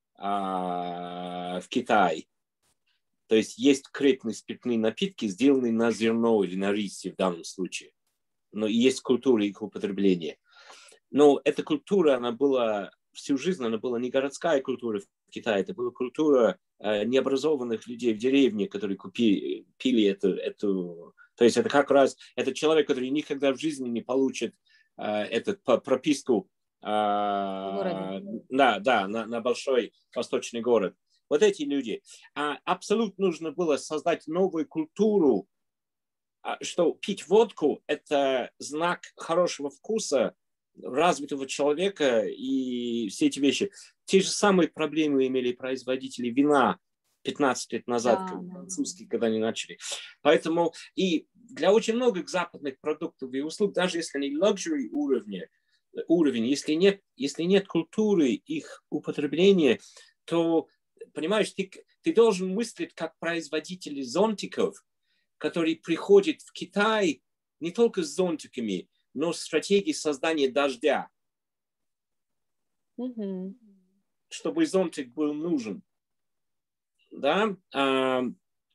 а, в Китае. То есть есть крепкие спиртные напитки, сделанные на зерно или на рисе в данном случае. Но и есть культура их употребления. Но эта культура, она была всю жизнь, она была не городская культура в Китае, это была культура э, необразованных людей в деревне, которые купили, пили эту, эту... То есть это как раз, это человек, который никогда в жизни не получит э, эту прописку э, В городе. на, да, на, на большой восточный город. Вот эти люди. А абсолютно нужно было создать новую культуру, что пить водку – это знак хорошего вкуса, развитого человека и все эти вещи. Те же самые проблемы имели производители вина пятнадцать лет назад, Да, как да. французские, когда они начали. Поэтому и для очень многих западных продуктов и услуг, даже если они luxury уровня, уровень, если нет, если нет культуры их употребления, то, понимаешь, ты, ты должен мыслить как производители зонтиков, который приходит в Китай не только с зонтиками, но с стратегией создания дождя, Мгм. чтобы зонтик был нужен. да, а,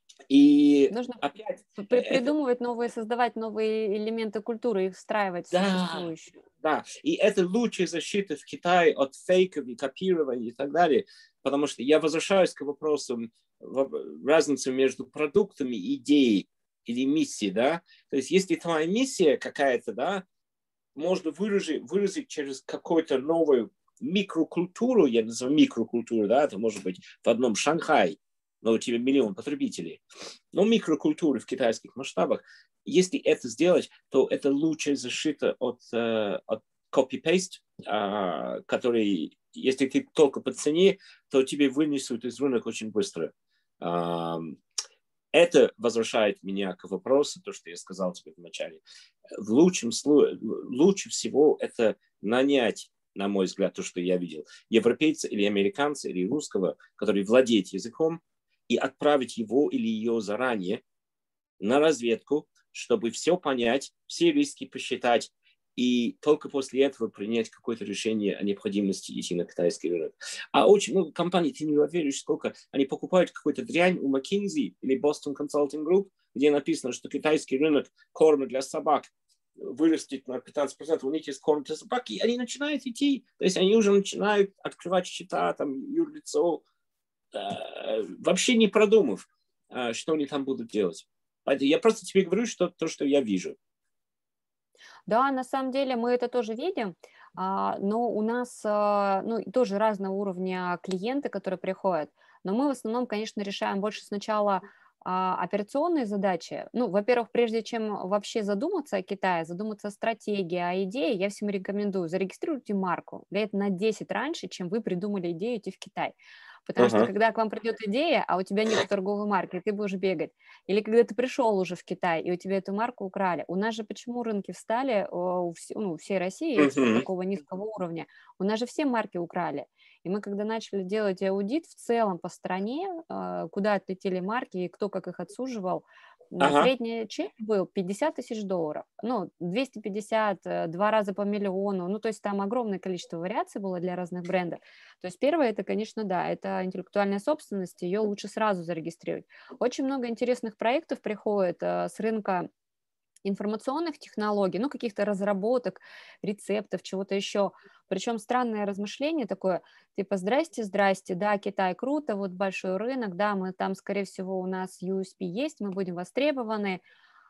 и Нужно опять при- это, придумывать новые, создавать новые элементы культуры и встраивать в да, существующую. да, и это лучшая защита в Китае от фейков и копирования и так далее, потому что я возвращаюсь к вопросу разницы между продуктами, идеей или миссией, да, то есть если твоя миссия какая-то, да, можно выразить, выразить через какую-то новую микрокультуру, я называю микрокультуру, да, это может быть в одном Шанхае, но у тебя миллион потребителей, но микрокультуры в китайских масштабах, если это сделать, то это лучшая защита от, э, от copy-paste, э, который, если ты только по цене, то тебе вынесут из рынка очень быстро. Э, это возвращает меня к вопросу, то, что я сказал тебе в начале. В лучшем случае, лучше всего это нанять, на мой взгляд, то, что я видел, европейца или американца или русского, который владеет языком, и отправить его или ее заранее на разведку, чтобы все понять, все риски посчитать, и только после этого принять какое-то решение о необходимости идти на китайский рынок. А очень много компаний, ты не уверишь, сколько они покупают какую-то дрянь у McKinsey или Boston Consulting Group, где написано, что китайский рынок корма для собак вырастет на пятнадцать процентов, у них есть корм для собак, и они начинают идти, то есть они уже начинают открывать счета, там, юрлицо, вообще не продумав, что они там будут делать. Я просто тебе говорю, что то, что я вижу. Да, на самом деле мы это тоже видим, а, но у нас а, ну, тоже разного уровня клиенты, которые приходят, но мы в основном, конечно, решаем больше сначала а, операционные задачи. Ну, во-первых, прежде чем вообще задуматься о Китае, задуматься о стратегии, о идее, я всем рекомендую, зарегистрируйте марку лет на десять раньше, чем вы придумали идею идти в Китай. Потому что Ага. когда к вам придет идея, а у тебя нет торговой марки, ты будешь бегать. Или когда ты пришел уже в Китай, и у тебя эту марку украли. У нас же почему рынки встали, о, у, вс- ну, у всей России этих Мгм. такого низкого уровня? У нас же все марки украли. И мы, когда начали делать аудит в целом по стране, э, куда отлетели марки и кто как их отсуживал, на Ага. средний чек был пятьдесят тысяч долларов. Ну, двести пятьдесят, э, два раза по миллиону. Ну, то есть там огромное количество вариаций было для разных брендов. То есть первое, это, конечно, да, это интеллектуальная собственность, ее лучше сразу зарегистрировать. Очень много интересных проектов приходит э, с рынка информационных технологий, ну, каких-то разработок, рецептов, чего-то еще. Причем странное размышление такое, типа, здрасте, здрасте, да, Китай круто, вот большой рынок, да, мы там, скорее всего, у нас ю эс пи есть, мы будем востребованы,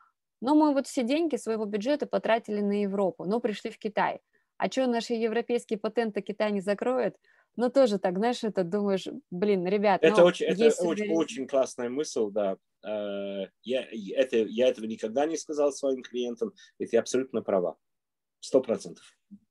но мы вот все деньги своего бюджета потратили на Европу, но пришли в Китай. А что, наши европейские патенты Китай не закроет? Ну, тоже так, знаешь, это думаешь, блин, ребят, Это но очень, это есть очень, суверен- очень классная мысль, да. Э, Я, это, я этого никогда не сказал своим клиентам, и ты абсолютно права. Сто процентов.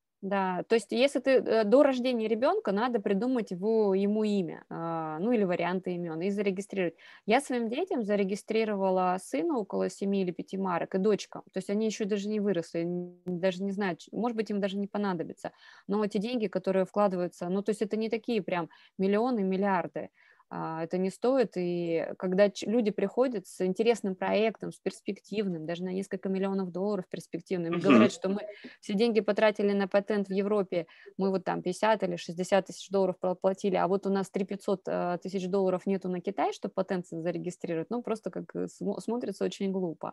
Да, то есть если ты э, до рождения ребенка, надо придумать его, ему имя, а, ну или варианты имен, и зарегистрировать. Я своим детям зарегистрировала сына около семи или пяти марок и дочка. То есть они еще даже не выросли, н- даже не знают, ч- может быть, им даже не понадобится. Но эти деньги, которые вкладываются, ну то есть это не такие прям миллионы, миллиарды. А, это не стоит, и когда ч- люди приходят с интересным проектом, с перспективным, даже на несколько миллионов долларов перспективным, и Мгм. говорят, что мы все деньги потратили на патент в Европе, мы вот там пятьдесят или шестьдесят тысяч долларов платили, а вот у нас три пятьсот э, тысяч долларов нету на Китай, чтобы патент зарегистрировать, ну, просто как э, смо- смотрится очень глупо.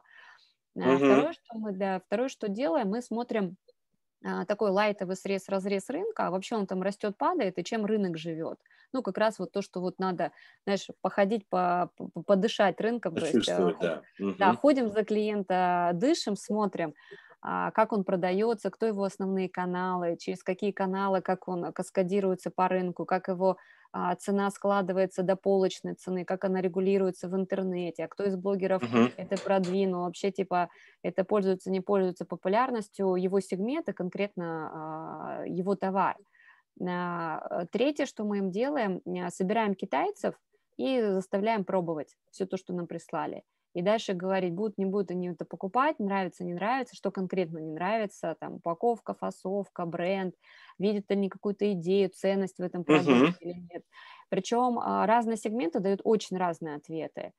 А Мгм. второе, что мы, да, второе, что делаем, мы смотрим а, такой лайтовый срез, разрез рынка, а вообще он там растет, падает, и чем рынок живет. Ну, как раз вот то, что вот надо, знаешь, походить, по, по- подышать рынком, то есть, э, Почувствовать, да. да, Мгм. ходим за клиента, дышим, смотрим, а, как он продается, кто его основные каналы, через какие каналы, как он каскадируется по рынку, как его а, цена складывается до полочной цены, как она регулируется в интернете, а кто из блогеров Мгм. это продвинул, вообще типа это пользуется, не пользуется популярностью его сегмента, конкретно а, его товар. А, Третье, что мы им делаем, а, собираем китайцев и заставляем пробовать все то, что нам прислали. И дальше говорить, будут, не будут они это покупать, нравится, не нравится, что конкретно не нравится, там, упаковка, фасовка, бренд, видят они какую-то идею, ценность в этом продукте Мгм. или нет. Причем а, разные сегменты дают очень разные ответы.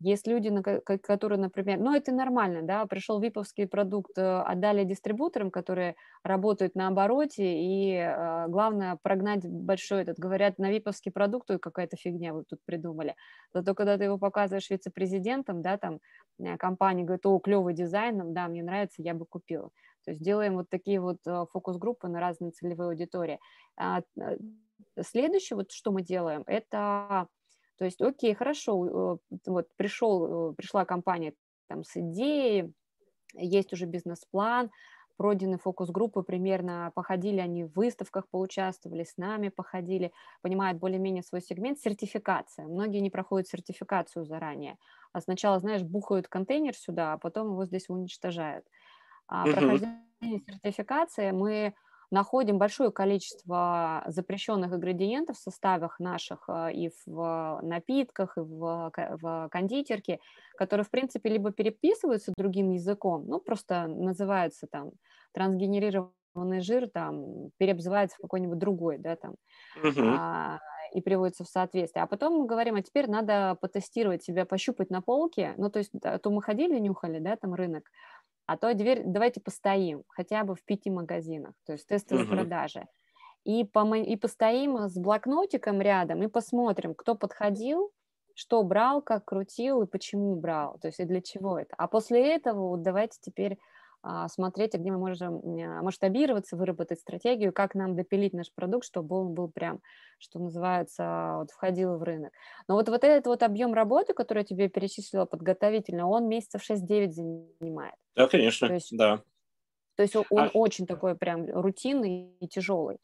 Есть люди, на ко- ко- которые, например, ну это нормально, да, пришел виповский продукт, э, отдали дистрибуторам, которые работают на обороте, и э, главное прогнать большой этот, говорят, на виповский продукт, ой, какая-то фигня вы тут придумали. Зато когда ты его показываешь вице-президентам, да, там э, компания говорит, о, клевый дизайн, да, мне нравится, я бы купила. То есть делаем вот такие вот э, фокус-группы на разные целевые аудитории. А, э, Следующее, вот что мы делаем, это, то есть, окей, хорошо, э, вот пришел, э, пришла компания там с идеей, есть уже бизнес-план, пройдены фокус-группы примерно, походили они в выставках, поучаствовали, с нами походили, понимают более-менее свой сегмент, сертификация. Многие не проходят сертификацию заранее, а сначала, знаешь, бухают контейнер сюда, а потом его здесь уничтожают. А, Мгм. прохождение сертификации мы находим большое количество запрещенных ингредиентов в составах наших а, и в напитках, и в, ка- в кондитерке, которые, в принципе, либо переписываются другим языком, ну, просто называется там трансгенерированный жир, там, переобзывается в какой-нибудь другой, да, там, Мгм. а, и приводится в соответствие. А потом мы говорим, а теперь надо потестировать себя, пощупать на полке, ну, то есть, да, то мы ходили, нюхали, да, там рынок, а то теперь давайте постоим хотя бы в пяти магазинах, то есть тестовые Мгм. продажи. И, помо- и постоим с блокнотиком рядом и посмотрим, кто подходил, что брал, как крутил и почему брал, то есть и для чего это. А после этого вот давайте теперь а, смотреть, а где мы можем м, а, масштабироваться, выработать стратегию, как нам допилить наш продукт, чтобы он был прям, что называется, вот, входил в рынок. Но вот, вот этот вот объем работы, который я тебе перечислила подготовительно, он месяцев шесть-девять занимает. Да, То конечно, есть, да. то есть о- он А, очень такой прям рутинный и тяжелый,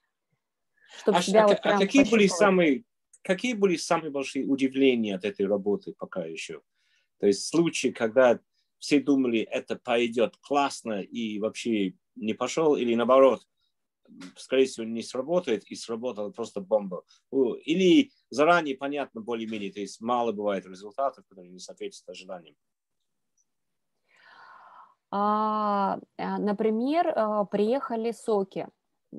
чтобы а, ш- а себя ка- вот а прям какие были пощупывать. самые, какие были самые большие удивления от этой работы пока еще? То есть случаи, когда все думали, это пойдет классно и вообще не пошел, или наоборот, скорее всего, не сработает, и сработала просто бомба. У- Или заранее понятно более-менее, то есть мало бывает результатов, которые не соответствуют ожиданиям. А, а, например, а, приехали соки,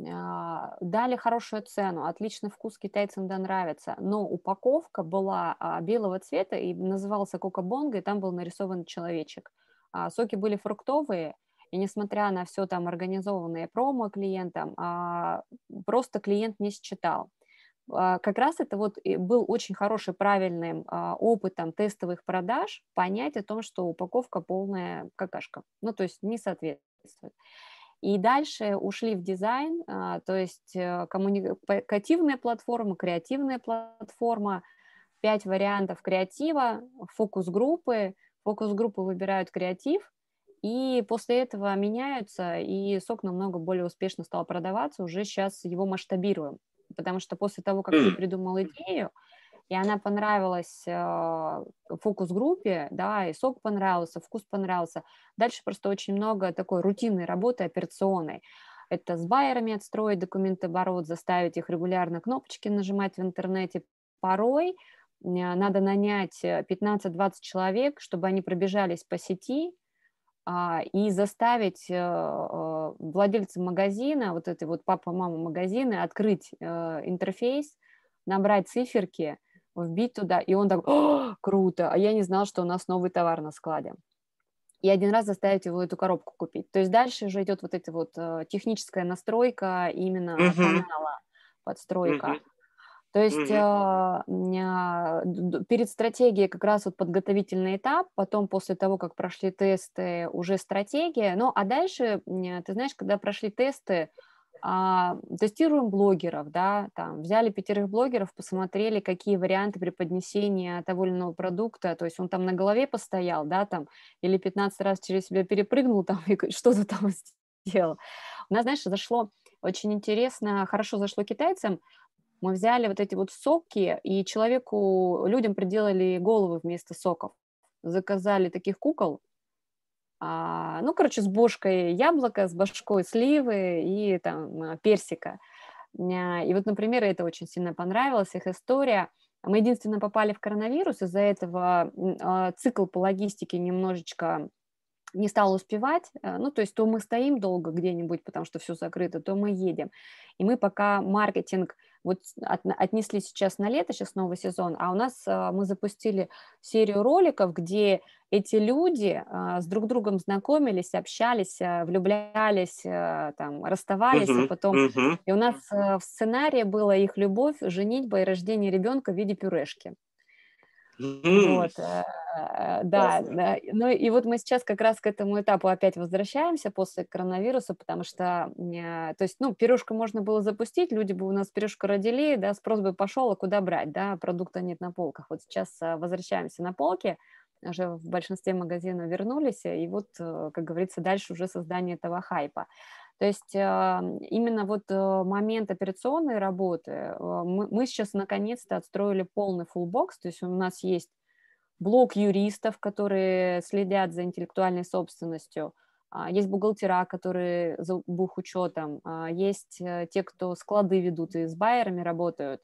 а, дали хорошую цену, отличный вкус, китайцам да нравится, но упаковка была а, белого цвета и назывался Кока-Бонго, и там был нарисован человечек. А, соки были фруктовые, и несмотря на все там организованные промо клиентам, а, просто клиент не считал. А, как раз это вот и был очень хороший, правильным а, опытом тестовых продаж понять о том, что упаковка полная какашка, ну, то есть не соответствует. И дальше ушли в дизайн, а, то есть э, коммуникативная платформа, креативная платформа, пять вариантов креатива, фокус-группы, фокус-группы выбирают креатив, и после этого меняются, и сок намного более успешно стал продаваться, уже сейчас его масштабируем. Потому что после того, как ты М, придумал идею, и она понравилась э, фокус-группе, да, и сок понравился, вкус понравился, дальше просто очень много такой рутинной работы операционной. Это с байерами отстроить документооборот, заставить их регулярно кнопочки нажимать в интернете. Порой ня- надо нанять э, пятнадцать-двадцать человек, чтобы они пробежались по сети, а, и заставить э, э, владельца магазина, вот этой вот папа-мама магазина, открыть э, интерфейс, набрать циферки, вбить туда, и он так: «О, круто, а я не знал, что у нас новый товар на складе». И один раз заставить его эту коробку купить. То есть дальше уже идет вот эта вот э, техническая настройка именно мгм, канала, подстройка. мгм, То есть, мгм, а, ня д д перед стратегией как раз вот подготовительный этап, потом после того, как прошли тесты, уже стратегия. Ну, а дальше, ня ты знаешь, когда прошли тесты, а, тестируем блогеров, да, там взяли пятерых блогеров, посмотрели, какие варианты преподнесения того или иного продукта. То есть он там на голове постоял, да, там, или пятнадцать раз через себя перепрыгнул там и к что-то там сделал. У нас, знаешь, зашло очень интересно, хорошо зашло китайцам. Мы взяли вот эти вот соки, и человеку, людям приделали головы вместо соков. Заказали таких кукол, а, ну, короче, с бошкой яблока, с башкой сливы и там а, персика. Ня и вот, например, это очень сильно понравилось, их история. Мы единственно попали в коронавирус, из-за этого м, а, цикл по логистике немножечко не стала успевать. Э, ну, то есть то мы стоим долго где-нибудь, потому что все закрыто, то мы едем. И мы пока маркетинг вот от- отнесли сейчас на лето, сейчас новый сезон, а у нас а, мы запустили серию роликов, где эти люди а, с друг другом знакомились, общались, а, влюблялись, а, там, расставались, и Мгм, потом... мгм. И у нас а, в сценарии была их любовь, женитьба и рождение ребенка в виде пюрешки. Мгм. Вот, э, э, да, Классно. да. Ну и вот мы сейчас как раз к этому этапу опять возвращаемся после коронавируса, потому что, ня то есть, ну, пирожку можно было запустить, люди бы у нас пирожку родили, да, спрос бы пошел, а куда брать, да, продукта нет на полках. Вот сейчас а, возвращаемся на полки, уже в большинстве магазинов вернулись, и вот, э, как говорится, дальше уже создание этого хайпа. То есть а, именно вот э, момент операционной работы, э, мы, мы сейчас наконец-то отстроили полный full box, то есть у нас есть блок юристов, которые следят за интеллектуальной собственностью, а, есть бухгалтера, которые за бухучетом, а, есть э, те, кто склады ведут и с байерами работают,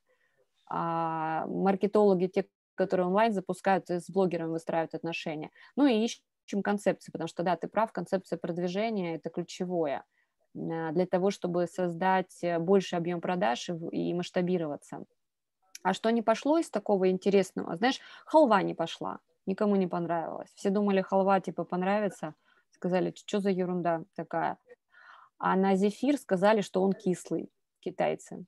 а, маркетологи, те, которые онлайн запускают и с блогерами выстраивают отношения. Ну и ищем концепции, потому что, да, ты прав, концепция продвижения – это ключевое а, для того, чтобы создать э, больше объем продаж и в- и масштабироваться. А что не пошло из такого интересного? Знаешь, халва не пошла, никому не понравилась. Все думали, халва типа понравится, сказали, что за ерунда такая. А на зефир сказали, что он кислый, китайцы.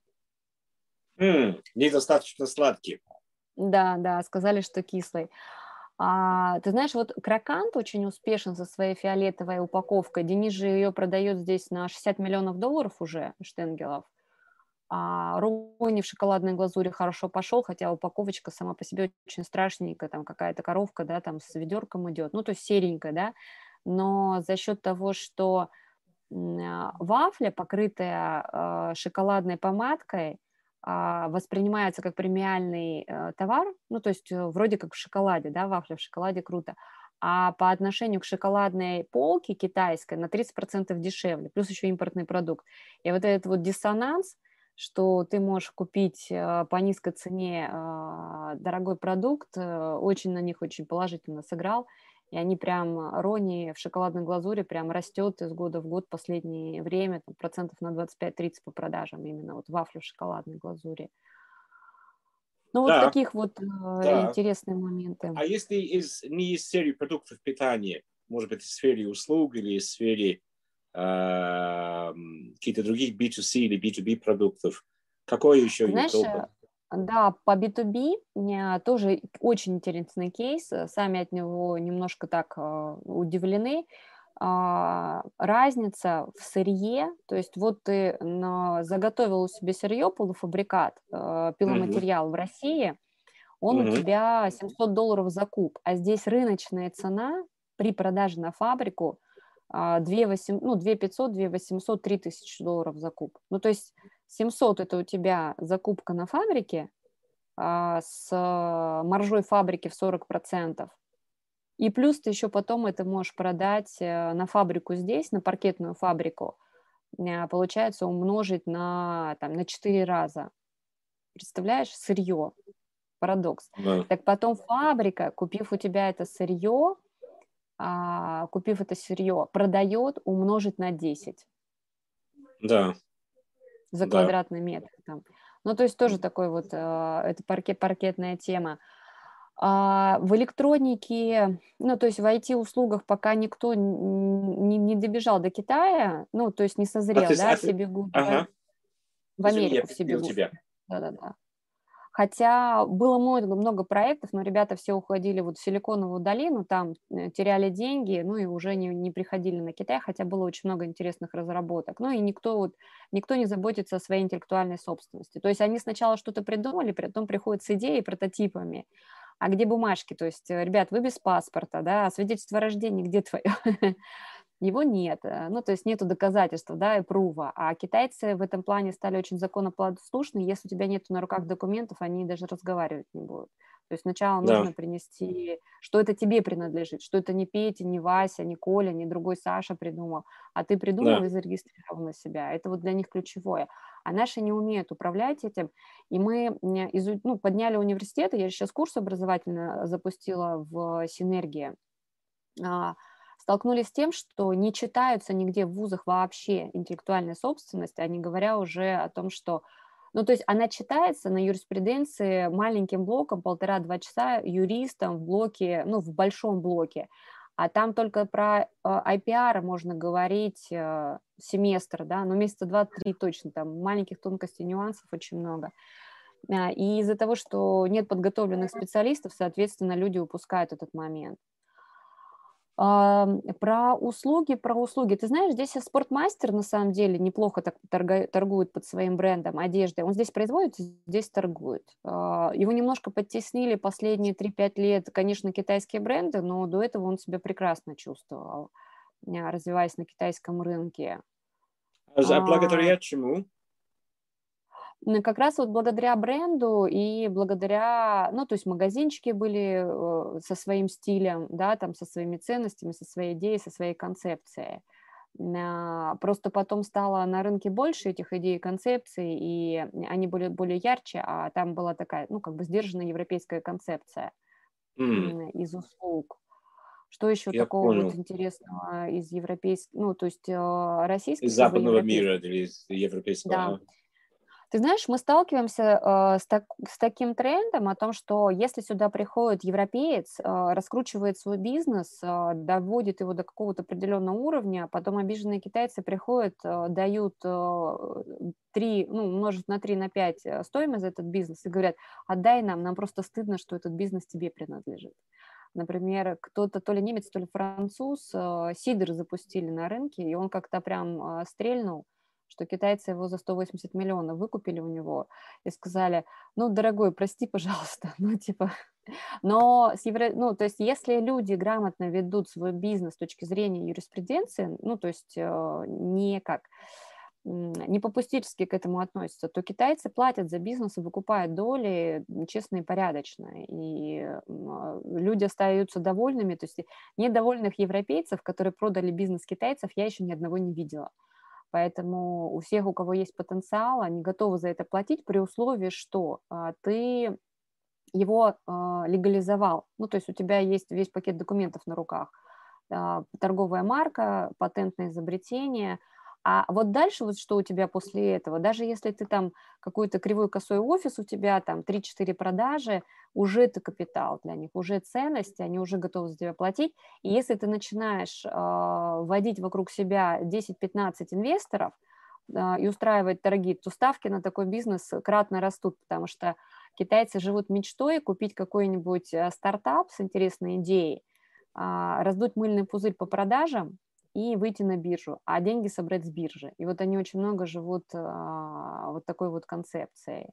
М, недостаточно сладкий. Да, да, сказали, что кислый. А, ты знаешь, вот крокант очень успешен со своей фиолетовой упаковкой. Денис же ее продает здесь на шестьдесят миллионов долларов уже, штенгелов. А Рони в шоколадной глазури хорошо пошел, хотя упаковочка сама по себе очень страшненькая, там какая-то коровка, да, там с ведерком идет, ну, то есть серенькая, да, но за счет того, что м, а, вафля, покрытая а, шоколадной помадкой, а, воспринимается как премиальный э, товар, ну, то есть э, вроде как в шоколаде, да, вафля в шоколаде круто, а по отношению к шоколадной полке китайской на тридцать процентов дешевле, плюс еще импортный продукт. И вот этот вот диссонанс, что ты можешь купить э, по низкой цене а, дорогой продукт, э, очень на них очень положительно сыграл. И они прям, а, Рони в шоколадной глазури прям растет из года в год последнее время, там, процентов на двадцать пять тридцать по продажам именно вот вафли в шоколадной глазури. Ну, вот Да, таких вот э, да. интересные моменты. А если из, не из серии продуктов питания, может быть, из сферы услуг или из сферы э, каких-то других би ту си или би ту би продуктов, какой еще Ты есть знаешь, опыт? э, да, по би ту би э, тоже очень интересный кейс, э, сами от него немножко так э, удивлены. А, разница в сырье, то есть вот ты на- заготовил у себя сырье, полуфабрикат, э, Мгм, пиломатериал в России, он у мгм, тебя семьсот долларов за куб, а здесь рыночная цена при продаже на фабрику а, две восемь ну, две пятьсот, две восемьсот, три тысячи долларов за куб. Ну, то есть семьсот – это у тебя закупка на фабрике а, с а, маржой фабрики в сорок процентов, и плюс ты еще потом это можешь продать э, на фабрику здесь, на паркетную фабрику, э, получается умножить на, там, на четыре раза. Представляешь, сырье, парадокс. да, Так потом фабрика, купив у тебя это сырье, а, купив это сырье, продает умножить на десять да, за да. квадратный метр. Там. Ну, то есть тоже такой вот, э, это паркет, паркетная тема. А в электронике, ну, то есть в I T-услугах пока никто н- не, не добежал до Китая, ну, то есть не А созрел, ты, да, а все ты, бегут в, ага, в извини, я Америку, все перебил бегут. тебя. Да-да-да. Хотя было много, много проектов, но ребята все уходили вот в Силиконовую долину, там э, теряли деньги, ну и уже не, не приходили на Китай, хотя было очень много интересных разработок. Ну и никто, вот, никто не заботится о своей интеллектуальной собственности. То есть они сначала что-то придумали, потом приходят с идеей, прототипами. А где бумажки? То есть, э, ребят, вы без паспорта, да, а свидетельство о рождении где твое? Его нет, э, ну, то есть нету доказательств, да, и прува. А китайцы в этом плане стали очень законопослушны. Если у тебя нет на руках документов, они даже разговаривать не будут. То есть сначала Да, нужно принести, что это тебе принадлежит, что это не Петя, не Вася, не Коля, не другой Саша придумал, а ты придумал да, и зарегистрировал на себя. Это вот для них ключевое. А наши не умеют управлять этим. И мы м, изу- ну, подняли университеты, я сейчас курс образовательно запустила в Синергии, а, столкнулись с тем, что не читаются нигде в вузах вообще интеллектуальная собственность, а не говоря уже о том, что Ну, то есть она читается на юриспруденции маленьким блоком, полтора-два часа юристом в блоке, ну, в большом блоке. А там только про э, ай пи ар можно говорить э, семестр, да, ну, месяца два-три точно, там маленьких тонкостей, нюансов очень много. А, И из-за того, что нет подготовленных специалистов, соответственно, люди упускают этот момент. Ам, про услуги, про услуги. Ты знаешь, здесь и Спортмастер на самом деле неплохо так торга- торгует под своим брендом одежды. Он здесь производит, здесь торгует. А, Его немножко подтеснили последние три-пять лет, конечно, китайские бренды, но до этого он себя прекрасно чувствовал, а, развиваясь на китайском рынке. А за- А, благодаря чему? Ну, как раз вот благодаря бренду и благодаря, ну, то есть магазинчики были э, со своим стилем, да, там со своими ценностями, со своей идеей, со своей концепцией. На- Просто потом стало на рынке больше этих идей и концепций, и они были более ярче, а там была такая, ну, как бы сдержанная европейская концепция М, м, из услуг. Что еще я такого вот понял. интересного из европейских, ну, то есть э, Из российских либо западного мира европейских? или из европейского? Да. А? Ты знаешь, мы сталкиваемся, а, с так с таким трендом о том, что если сюда приходит европеец, а, раскручивает свой бизнес, а, доводит его до какого-то определенного уровня, а потом обиженные китайцы приходят, а, дают, а, три, ну, умножить на три, на пять а, стоимость за этот бизнес и говорят: "Отдай нам, нам просто стыдно, что этот бизнес тебе принадлежит". Например, кто-то, то ли немец, то ли француз, а, сидр запустили на рынке, и он как-то прям, а, стрельнул, что китайцы его за сто восемьдесят миллионов выкупили у него и сказали: "Ну, дорогой, прости, пожалуйста". Ну, типа, но с евро ну, то есть если люди грамотно ведут свой бизнес с точки зрения юриспруденции, ну, то есть, э, не как, м, не попустительски к этому относятся, то китайцы платят за бизнес и выкупают доли, м, честно и порядочно. И, м, а, люди остаются довольными. То есть недовольных европейцев, которые продали бизнес китайцев, я еще ни одного не видела. Поэтому у всех, у кого есть потенциал, они готовы за это платить при условии, что а, ты его а, легализовал. Ну, то есть у тебя есть весь пакет документов на руках. А, торговая марка, патентное изобретение. А вот дальше вот что у тебя после этого, даже если ты там какой-то кривой косой офис, у тебя там три-четыре продажи, уже это капитал для них, уже ценность, они уже готовы за тебя платить. И если ты начинаешь а, вводить вокруг себя десять-пятнадцать инвесторов а, и устраивать торги, то ставки на такой бизнес кратно растут, потому что китайцы живут мечтой купить какой-нибудь э, стартап с интересной идеей, а, раздуть мыльный пузырь по продажам и выйти на биржу, а деньги собрать с биржи. И вот они очень много живут а, вот такой вот концепцией.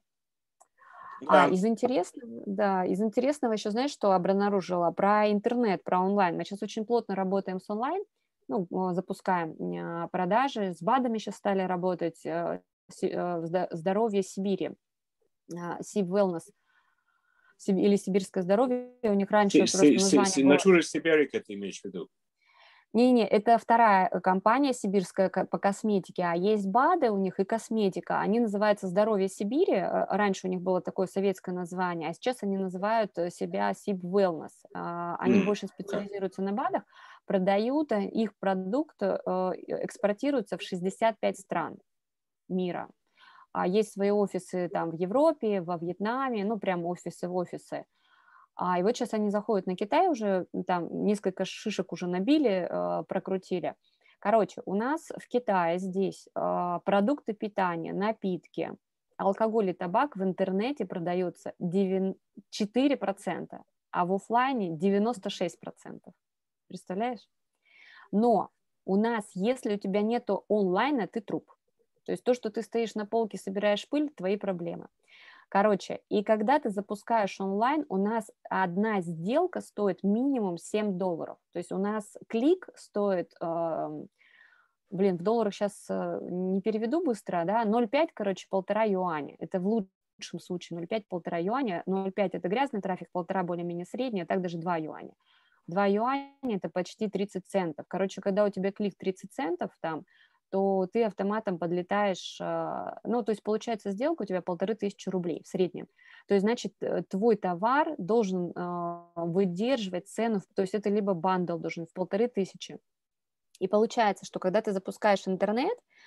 А Да. из интересного, да, из интересного еще, знаешь, что обнаружила? Про интернет, про онлайн. Мы сейчас очень плотно работаем с онлайн, ну, а, запускаем а, продажи, с БАДами сейчас стали работать, э, си- э, зда- здоровье Сибири, а, Сиб Wellness, Сиб- или сибирское здоровье, у них раньше Си- си- просто си- название си- было. Натура Сибирика ты имеешь в виду? Не-не, это вторая э, компания сибирская ко- по косметике, а есть БАДы у них и косметика. Они называются «Здоровье Сибири». э, Раньше у них было такое советское название, а сейчас они называют э, себя Сиб Wellness. А, Они М, больше специализируются на БАДах, продают, э, их продукт э, экспортируется в шестьдесят пять стран мира. А есть свои офисы там в Европе, во Вьетнаме, ну прям офисы-офисы. А, и вот сейчас они заходят на Китай уже, м, там несколько шишек уже набили, э, прокрутили. Короче, у нас в Китае здесь а, продукты питания, напитки, алкоголь и табак в интернете продается четыре процента, а в оффлайне девяносто шесть процентов. Представляешь? Но у нас, если у тебя нету онлайна, ты труп. То есть то, что ты стоишь на полке, собираешь пыль, твои проблемы. Короче, и когда ты запускаешь онлайн, у нас одна сделка стоит минимум семь долларов. То есть у нас клик стоит, э, блин, в долларах сейчас э, не переведу быстро, да, ноль целых пять, короче, полтора юаня. Это в лучшем случае ноль целых пять, полтора юаня. ноль целых пять это грязный трафик, полтора более-менее средний, а так даже два юаня. два юаня это почти тридцать центов. Короче, когда у тебя клик тридцать центов там, то ты автоматом подлетаешь, а, ну, то есть получается сделка у тебя полторы тысячи рублей в среднем. То есть, значит, э, твой товар должен а, выдерживать цену, то есть это либо бандл должен в полторы тысячи. И получается, что когда ты запускаешь интернет,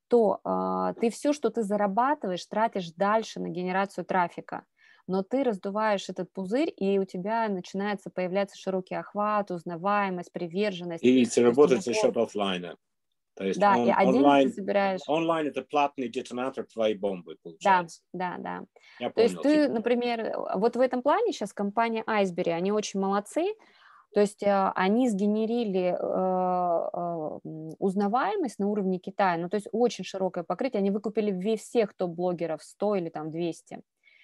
то э, ты все, что ты зарабатываешь, тратишь дальше на генерацию трафика. Но ты раздуваешь этот пузырь, и у тебя начинается появляться широкий охват, узнаваемость, приверженность. И То есть работать за его... счет офлайна. То есть Да, и, он, а деньги ты онлайн, собираешь... онлайн это платный детонатор твоей бомбы, Да, получается. да, да. Я То есть понял ты, тебя. например, вот в этом плане сейчас компания Iceberry, они очень молодцы. То есть э, они сгенерили э, э, узнаваемость на уровне Китая, ну то есть очень широкое покрытие. Они выкупили всех топ-блогеров, сто или там двести.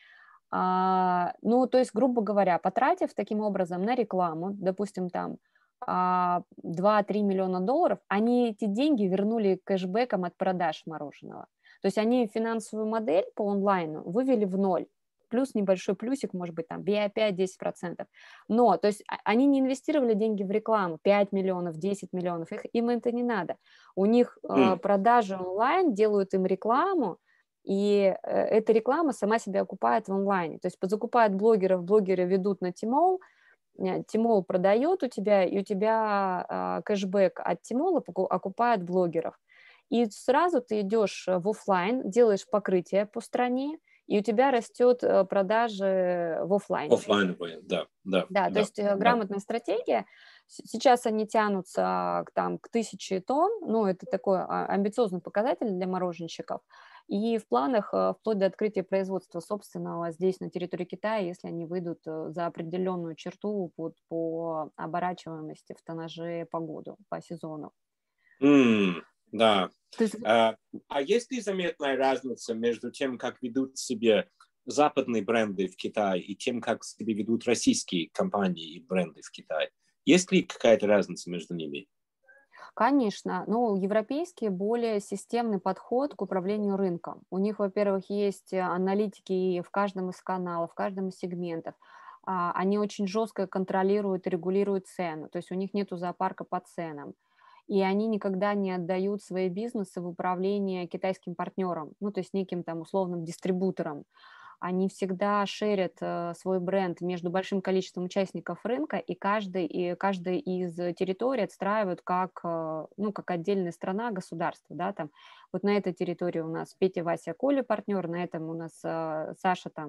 А, ну, то есть, грубо говоря, потратив таким образом на рекламу, допустим, там а, два-три миллиона долларов, они эти деньги вернули кэшбэком от продаж мороженого. То есть они финансовую модель по онлайну вывели в ноль, плюс небольшой плюсик, может быть, там пять-десять процентов. Но, то есть они не инвестировали деньги в рекламу, пять миллионов, десять миллионов, их, им это не надо. У них э, Mm. продажи онлайн делают им рекламу, и э, эта реклама сама себя окупает в онлайне. То есть закупают блогеров, блогеры ведут на Тимол, Тимол продает у тебя, и у тебя э, кэшбэк от Тимола окупает блогеров. И сразу ты идешь в офлайн, делаешь покрытие по стране, и у тебя растет продажи в офлайне. Офлайновые, да, да. Да, да, то есть да. грамотная стратегия. Сейчас они тянутся там, к тысяче тонн, ну, это такой амбициозный показатель для мороженщиков. И в планах вплоть до открытия производства собственного здесь, на территории Китая, если они выйдут за определенную черту по, по оборачиваемости в тоннаже по году, по сезону. Mm, да. Есть... А, а есть ли заметная разница между тем, как ведут себя западные бренды в Китае и тем, как себя ведут российские компании и бренды в Китае? Есть ли какая-то разница между ними? Конечно. Ну, европейский более системный подход к управлению рынком. У них, во-первых, есть аналитики в каждом из каналов, в каждом из сегментов. Они очень жестко контролируют и регулируют цену. То есть у них нету зоопарка по ценам. И они никогда не отдают свои бизнесы в управление китайским партнерам, ну, то есть неким там условным дистрибутором. Они всегда шерят э, свой бренд между большим количеством участников рынка, и каждый, и каждый из территорий отстраивают как, э, ну, как отдельная страна, государство, да, там, вот на этой территории у нас Петя, Вася, Коля партнер, на этом у нас э, Саша, там,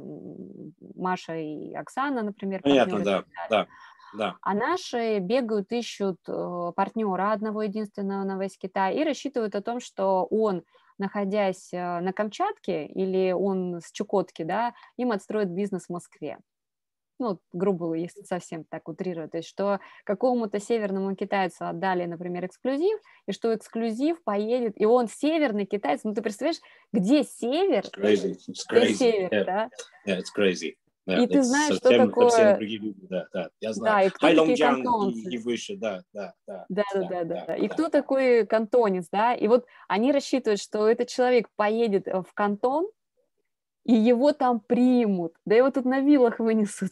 Маша и Оксана, например, Понятно, партнеры. да, да, да. А наши бегают, ищут э, партнера одного единственного на весь Китай и рассчитывают о том, что он, находясь на Камчатке или он с Чукотки, да, им отстроит бизнес в Москве. Ну, грубо, если совсем так утрировать, то есть что какому-то северному китайцу отдали, например, эксклюзив, и что эксклюзив поедет, и он северный китаец, ну ты представляешь, где север, It's crazy. It's где crazy. север, Yeah. да? Yeah, it's crazy. Yeah, И ты it's знаешь, что совсем, такое... совсем другие люди, да, да, я знаю. Да, и кто такие Хайлонджан кантонцы? и, и выше, да, да, да. Да, да, да, да, да, да, да. И да. кто такой кантонец, да? И вот они рассчитывают, что этот человек поедет в Кантон, и его там примут. Да его тут на вилах вынесут.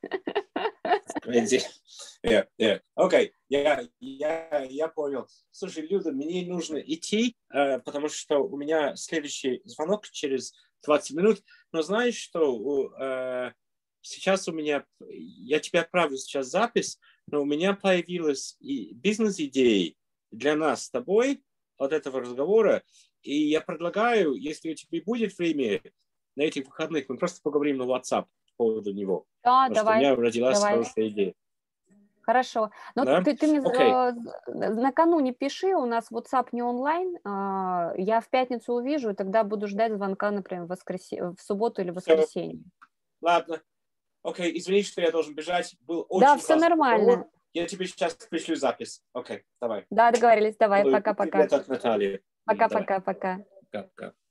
Crazy. Yeah, yeah. Окей, okay. я, я, я понял. Слушай, Люда, мне нужно идти, э, потому что у меня следующий звонок через двадцать минут. Но знаешь что? Э, сейчас у меня... Я тебе отправлю сейчас запись, но у меня появилась и бизнес-идея для нас с тобой от этого разговора. И я предлагаю, если у тебя будет время на этих выходных, мы просто поговорим на WhatsApp по поводу него. Да, Потому давай. что у меня родилась давай. хорошая идея. Хорошо. Но Да? ты, ты мне Okay. э, накануне пиши, у нас WhatsApp не онлайн, э, я в пятницу увижу, и тогда буду ждать звонка, например, в, воскресе... в субботу или в воскресенье. Все. Ладно. Окей, извини, что я должен бежать. Был очень да, все нормально. разговор. Я тебе сейчас пришлю запись. Окей, давай. Да, договорились. Давай, Буду пока-пока. Привет от Натальи. Пока-пока-пока. Пока-пока.